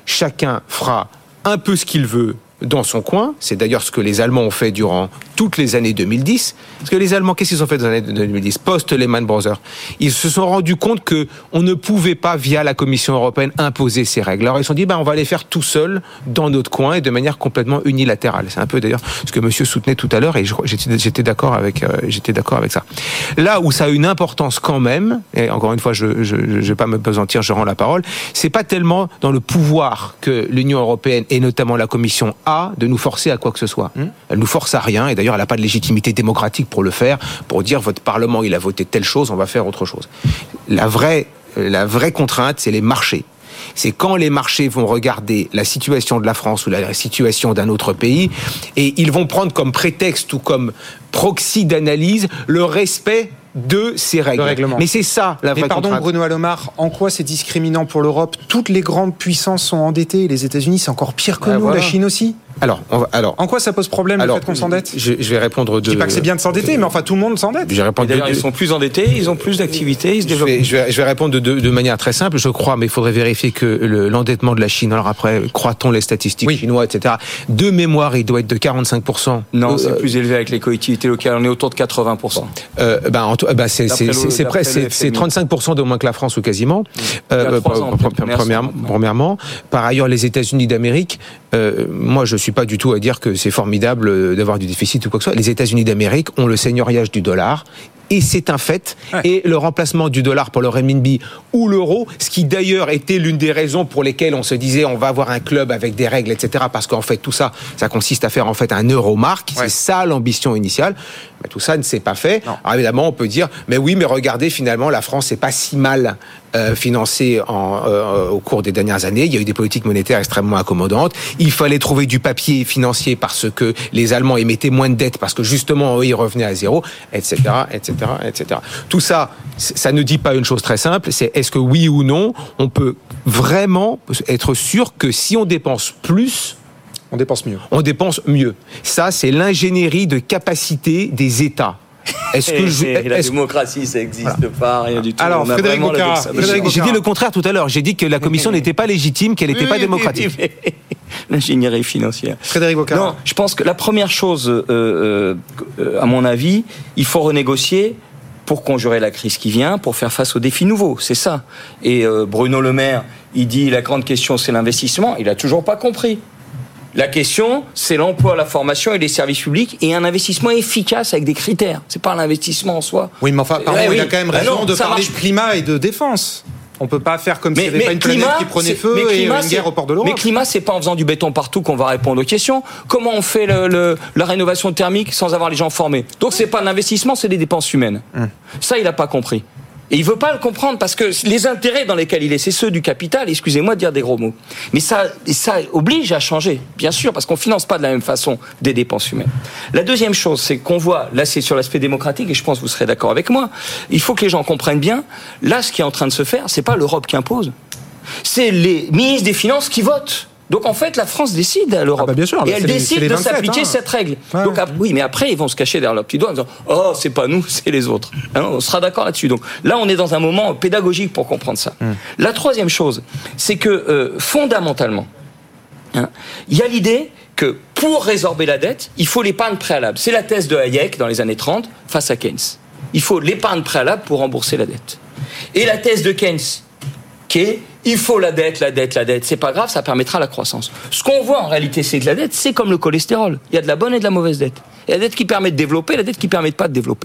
chacun fera un peu ce qu'il veut dans son coin. C'est d'ailleurs ce que les Allemands ont fait durant toutes les années deux mille dix. Parce que les Allemands, qu'est-ce qu'ils ont fait dans les années deux mille dix, post-Lehman Brothers? Ils se sont rendus compte que on ne pouvait pas, via la Commission européenne, imposer ces règles. Alors ils se sont dit, bah, on va les faire tout seul, dans notre coin, et de manière complètement unilatérale. C'est un peu d'ailleurs ce que monsieur soutenait tout à l'heure, et j'étais, j'étais d'accord avec, euh, j'étais d'accord avec ça. Là où ça a une importance quand même, et encore une fois, je, je, je vais pas me pesantir, je rends la parole, c'est pas tellement dans le pouvoir que l'Union européenne, et notamment la Commission, a de nous forcer à quoi que ce soit. Elle nous force à rien, et d'ailleurs elle n'a pas de légitimité démocratique pour le faire, pour dire votre Parlement il a voté telle chose, on va faire autre chose. La vraie, la vraie contrainte, c'est les marchés. C'est quand les marchés vont regarder la situation de la France ou la situation d'un autre pays, et ils vont prendre comme prétexte ou comme proxy d'analyse le respect de ces règles. Mais c'est ça la vraie
Mais pardon,
contrainte.
Bruno Alomar, en quoi c'est discriminant pour l'Europe? Toutes les grandes puissances sont endettées. Les États-Unis, c'est encore pire que
Ah,
nous.
voilà.
La Chine aussi.
Alors, on va, alors,
en quoi ça pose problème
alors,
le fait qu'on s'endette?
je, je vais répondre de.
Je dis pas que c'est bien de s'endetter, mais enfin tout le monde s'endette.
Je vais répondre
D'ailleurs,
de-
ils sont plus endettés, ils ont plus d'activités, ils se
Je
développent.
vais, je, vais, je vais répondre de, de, de manière très simple. Je crois, mais il faudrait vérifier que le, l'endettement de la Chine, alors après, croit-on les statistiques chinois, et cetera. De mémoire, il doit être de quarante-cinq pour cent.
Non,
Euh,
c'est plus élevé avec les collectivités locales, on est autour de quatre-vingts pour cent.
Euh, ben, en tout- ben, c'est,
D'après
c'est,
le-
c'est, c'est,
d'après
près-
le
c'est,
F M I.
c'est trente-cinq pour cent de moins que la France ou quasiment.
Il y a
Euh,
trois ans,
pre-
peut-être,
premièrement, premièrement. Par ailleurs, les États-Unis d'Amérique, euh, moi, je suis pas du tout à dire que c'est formidable euh, d'avoir du déficit ou quoi que ce soit. Les États-Unis d'Amérique ont le seigneuriage du dollar. Et c'est un fait. Ouais. Et le remplacement du dollar pour le renminbi ou l'euro, ce qui d'ailleurs était l'une des raisons pour lesquelles on se disait on va avoir un club avec des règles, et cetera. Parce qu'en fait tout ça, ça consiste à faire en fait un euro-marque. Ouais. C'est ça l'ambition initiale. Mais tout ça ne s'est pas fait. Non. Alors évidemment, on peut dire mais oui, mais regardez, finalement, la France n'est pas si mal euh, financée en, euh, au cours des dernières années. Il y a eu des politiques monétaires extrêmement accommodantes. Il fallait trouver du papier financier parce que les Allemands émettaient moins de dettes parce que justement eux, ils revenaient à zéro, et cetera, et cetera, et cetera. Tout ça, ça ne dit pas une chose très simple. C'est est-ce que oui ou non, on peut vraiment être sûr que si on dépense plus,
on dépense mieux.
On dépense mieux. Ça, c'est l'ingénierie de capacité des États.
Est-ce que je, est-ce... la démocratie, ça n'existe voilà. pas, rien du tout.
Alors, Frédéric Boccara, Frédéric j'ai dit le contraire tout à l'heure. J'ai dit que la Commission n'était pas légitime, qu'elle n'était oui, pas démocratique.
Oui, oui, l'ingénierie financière.
Frédéric Boccara.
Non, je pense que la première chose, euh, euh, à mon avis, il faut renégocier pour conjurer la crise qui vient, pour faire face aux défis nouveaux. C'est ça. Et euh, Bruno Le Maire, il dit la grande question, c'est l'investissement. Il n'a toujours pas compris. La question, c'est l'emploi, la formation et les services publics et un investissement efficace avec des critères. C'est pas l'investissement en soi.
Oui, mais enfin, pardon,
eh
il
oui.
y a quand même raison ah non, de parler marche. de climat et de défense. On peut pas faire comme s'il n'y avait pas une climat, planète qui prenait feu climat, et une guerre au port de l'Europe.
Mais climat, c'est pas en faisant du béton partout qu'on va répondre aux questions. Comment on fait le, le, la rénovation thermique sans avoir les gens formés? Donc c'est pas un investissement, c'est des dépenses humaines. Hum. Ça, il a pas compris. Et il veut pas le comprendre parce que les intérêts dans lesquels il est, c'est ceux du capital. Excusez-moi de dire des gros mots. Mais ça, ça oblige à changer, bien sûr, parce qu'on finance pas de la même façon des dépenses humaines. La deuxième chose, c'est qu'on voit, là c'est sur l'aspect démocratique, et je pense que vous serez d'accord avec moi, il faut que les gens comprennent bien, là ce qui est en train de se faire, c'est pas l'Europe qui impose. C'est les ministres des Finances qui votent. Donc en fait, la France décide à l'Europe.
Ah bah bien sûr,
et elle
les,
décide de vingt-sept, s'appliquer hein. cette règle. Ouais, Donc ouais. oui, mais après, ils vont se cacher derrière leur petit doigt en disant « Oh, c'est pas nous, c'est les autres. » On sera d'accord là-dessus. Donc là, on est dans un moment pédagogique pour comprendre ça. Hum. La troisième chose, c'est que euh, fondamentalement, hein, il y a l'idée que pour résorber la dette, il faut l'épargne préalable. C'est la thèse de Hayek dans les années trente face à Keynes. Il faut l'épargne préalable pour rembourser la dette. Et la thèse de Keynes, qui est il faut la dette, la dette, la dette. C'est pas grave, ça permettra la croissance. Ce qu'on voit en réalité, c'est que la dette, c'est comme le cholestérol. Il y a de la bonne et de la mauvaise dette. Il y a la dette qui permet de développer, la dette qui permet pas de développer.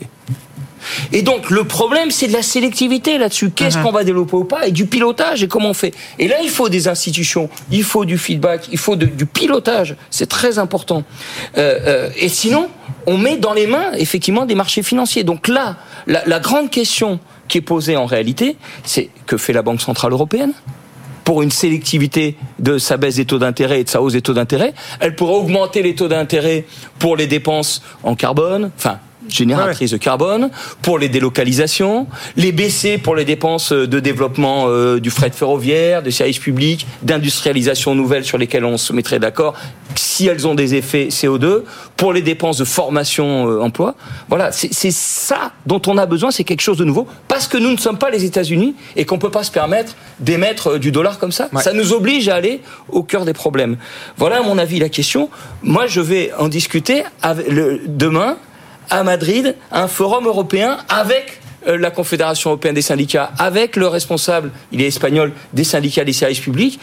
Et donc, le problème, c'est de la sélectivité là-dessus. Qu'est-ce mmh. qu'on va développer ou pas? Et du pilotage, et comment on fait? Et là, il faut des institutions, il faut du feedback, il faut de, du pilotage. C'est très important. Euh, euh, et sinon, on met dans les mains, effectivement, des marchés financiers. Donc là, la, la grande question qui est posée en réalité, c'est que fait la Banque Centrale Européenne pour une sélectivité de sa baisse des taux d'intérêt et de sa hausse des taux d'intérêt? Elle pourrait augmenter les taux d'intérêt pour les dépenses en carbone, enfin, génératrices ouais. de carbone, pour les délocalisations, les baisser pour les dépenses de développement euh, du fret ferroviaire, des services publics, d'industrialisation nouvelle sur lesquelles on se mettrait d'accord, si elles ont des effets C O deux, pour les dépenses de formation euh, emploi. Voilà, c'est, c'est ça dont on a besoin, c'est quelque chose de nouveau, parce que nous ne sommes pas les États-Unis et qu'on ne peut pas se permettre d'émettre euh, du dollar comme ça. Ouais. Ça nous oblige à aller au cœur des problèmes. Voilà, à mon avis, la question. Moi, je vais en discuter avec le, demain à Madrid, un forum européen avec euh, la Confédération européenne des syndicats, avec le responsable, il est espagnol, des syndicats des services publics.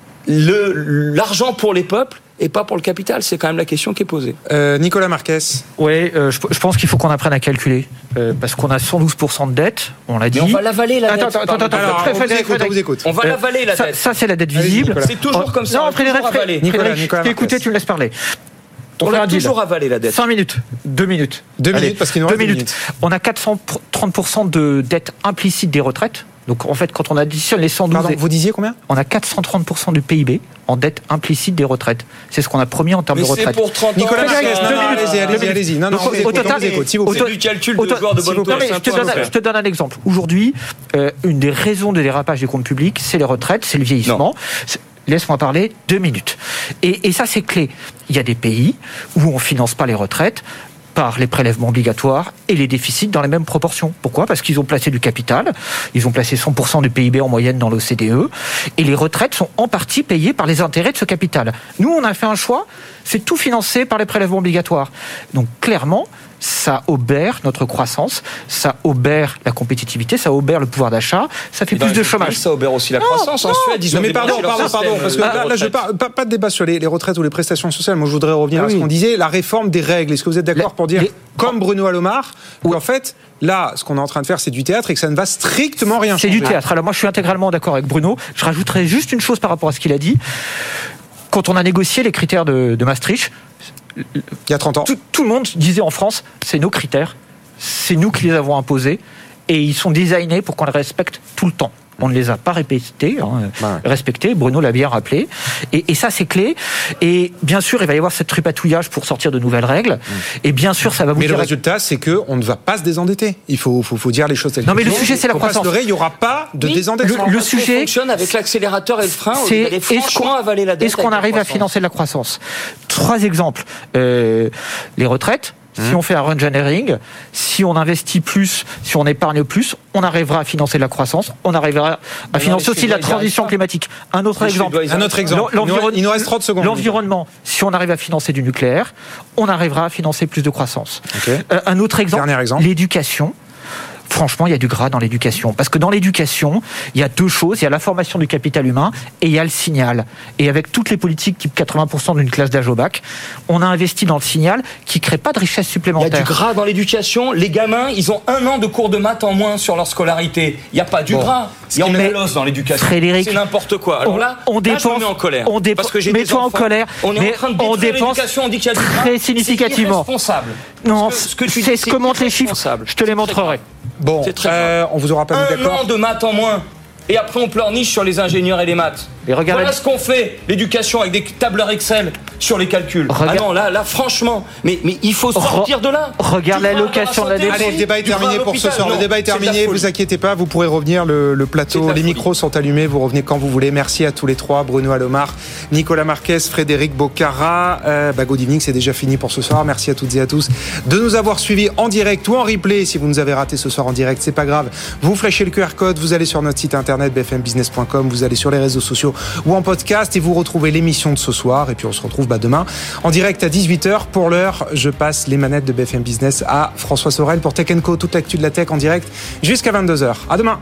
Le, l'argent pour les peuples et pas pour le capital, c'est quand même la question qui est posée.
Euh, Nicolas Marquez.
Oui, euh, je, je pense qu'il faut qu'on apprenne à calculer. Euh, parce qu'on a cent douze pour cent de dette, on l'a dit.
Mais on va l'avaler la
attends,
dette.
Attends, attends, attends.
Alors, on, vous écoute, on vous écoute.
On va euh, l'avaler la
ça,
dette.
Ça, c'est la dette visible.
C'est toujours comme ça.
Non, Frédéric, Frédéric,
Nicolas, Nicolas
écoutez, tu me laisses parler.
On, on va toujours avaler la dette.
cinq minutes. deux minutes.
deux minutes, parce qu'il nous reste deux minutes.
On a quatre cent trente pour cent de dette implicite des retraites. Donc, en fait, quand on additionne les cent douze...
Pardon, vous disiez combien ?
On a quatre cent trente pour cent du P I B en dette implicite des retraites. C'est ce qu'on a promis en termes
mais
de retraite.
C'est pour trente ans.
Nicolas Marquez, non, non, allez-y, allez-y, allez-y. Non, non,
au total,
s'il vous plaît.
C'est du calcul de joueurs de bonne tour.
Je te donne, je te donne un exemple. Aujourd'hui, euh, une des raisons de dérapage des comptes publics, c'est les retraites, c'est le vieillissement. Laisse-moi parler deux minutes. Et, et ça, c'est clé. Il y a des pays où on ne finance pas les retraites par les prélèvements obligatoires et les déficits dans les mêmes proportions. Pourquoi ? Parce qu'ils ont placé du capital, ils ont placé cent pour cent du P I B en moyenne dans l'O C D E, et les retraites sont en partie payées par les intérêts de ce capital. Nous, on a fait un choix, c'est tout financé par les prélèvements obligatoires. Donc clairement, ça obère notre croissance, ça obère la compétitivité, ça obère le pouvoir d'achat, ça fait
dans
plus de chômage.
Ça obère aussi la
non,
croissance.
Non,
en Suède, ils ont
mais pardon, pardon, pardon, parce que là, là je parle, pas, pas de débat sur les, les retraites ou les prestations sociales. Moi, je voudrais revenir ah, à ce oui. qu'on disait, la réforme des règles. Est-ce que vous êtes d'accord la, pour dire, les... comme Bruno Alomar, oui. qu'en fait, là, ce qu'on est en train de faire, c'est du théâtre et que ça ne va strictement rien
c'est
changer.
C'est du théâtre. Alors moi, je suis intégralement d'accord avec Bruno. Je rajouterai juste une chose par rapport à ce qu'il a dit. Quand on a négocié les critères de, de Maastricht,
il y a trente ans,
tout, tout le monde disait en France, c'est nos critères. C'est nous qui les avons imposés et ils sont designés pour qu'on les respecte tout le temps. On ne les a pas répétés, hein, ouais. respectés. Bruno l'a bien rappelé. Et, et ça, c'est clé. Et bien sûr, il va y avoir cette tripatouillage pour sortir de nouvelles règles. Mmh. Et bien sûr, ça va vous
Mais
dire...
le résultat, c'est qu'on ne va pas se désendetter. Il faut, faut, faut dire les choses telles
non, mais
que
le sujet, c'est la croissance.
Il n'y aura pas de
oui.
désendettement.
Le, le sujet fonctionne avec l'accélérateur et le frein.
C'est
est-ce franchement
qu'on,
avaler la dette.
Est-ce qu'on arrive à financer de la croissance ? Trois exemples. Euh, les retraites. Si on fait un run generating, si on investit plus, si on épargne plus, on arrivera à financer la croissance, on arrivera à financer aussi la transition climatique. Un autre exemple.
Un autre exemple. Il nous reste trente secondes.
L'environnement. Si on arrive à financer du nucléaire, on arrivera à financer plus de croissance.
Okay.
Euh, un autre exemple.
Dernier exemple.
L'éducation. Franchement, il y a du gras dans l'éducation. Parce que dans l'éducation, il y a deux choses. Il y a la formation du capital humain et il y a le signal. Et avec toutes les politiques type quatre-vingts pour cent d'une classe d'âge au bac, on a investi dans le signal qui ne crée pas de richesse supplémentaire.
Il y a du gras dans l'éducation. Les gamins, ils ont un an de cours de maths en moins sur leur scolarité. Il n'y a pas du bon. gras. Il y a de l'os dans l'éducation.
Frédéric,
c'est n'importe quoi. Alors là,
on, on
là,
dépense,
je me mets en colère.
On dépense,
parce que j'ai
mets-toi
des
en colère.
On est
mais
en train de
on
détruire
dépense
l'éducation. On dit qu'il y a du gras.
très significativement.
C'est irresponsable.
Non,
ce que, ce que tu
c'est
dis,
ce que montrent les chiffres. Je te les montrerai.
Bon, euh, on vous aura pas mis d'accord.
Un an de maths en moins. Et après, on pleurniche sur les ingénieurs et les maths.
Et regarde
voilà ce qu'on fait, l'éducation, avec des tableurs Excel sur les calculs. Regarde. Ah non, là, là, franchement, mais, mais il faut sortir
Re-
de là.
Regarde l'allocation de la dépense.
Allez, le débat est terminé pour ce soir. Non, le débat est terminé, vous inquiétez pas, vous pourrez revenir, le, le plateau, les micros sont allumés, vous revenez quand vous voulez. Merci à tous les trois, Bruno Alomar, Nicolas Marquez, Frédéric Bocara. Euh, bah, Good Evening, c'est déjà fini pour ce soir. Merci à toutes et à tous de nous avoir suivis en direct ou en replay. Si vous nous avez raté ce soir en direct, c'est pas grave. Vous flashez le Q R code, vous allez sur notre site internet b f m business point com, vous allez sur les réseaux sociaux ou en podcast et vous retrouvez l'émission de ce soir. Et puis on se retrouve bah, demain en direct à dix-huit heures. Pour l'heure, je passe les manettes de B F M Business à François Sorel pour Tech and Co, toute l'actu de la tech en direct jusqu'à vingt-deux heures. À demain.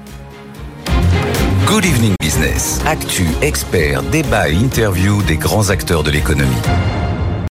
Good Evening Business. Actu, experts, débat et interview des grands acteurs de l'économie.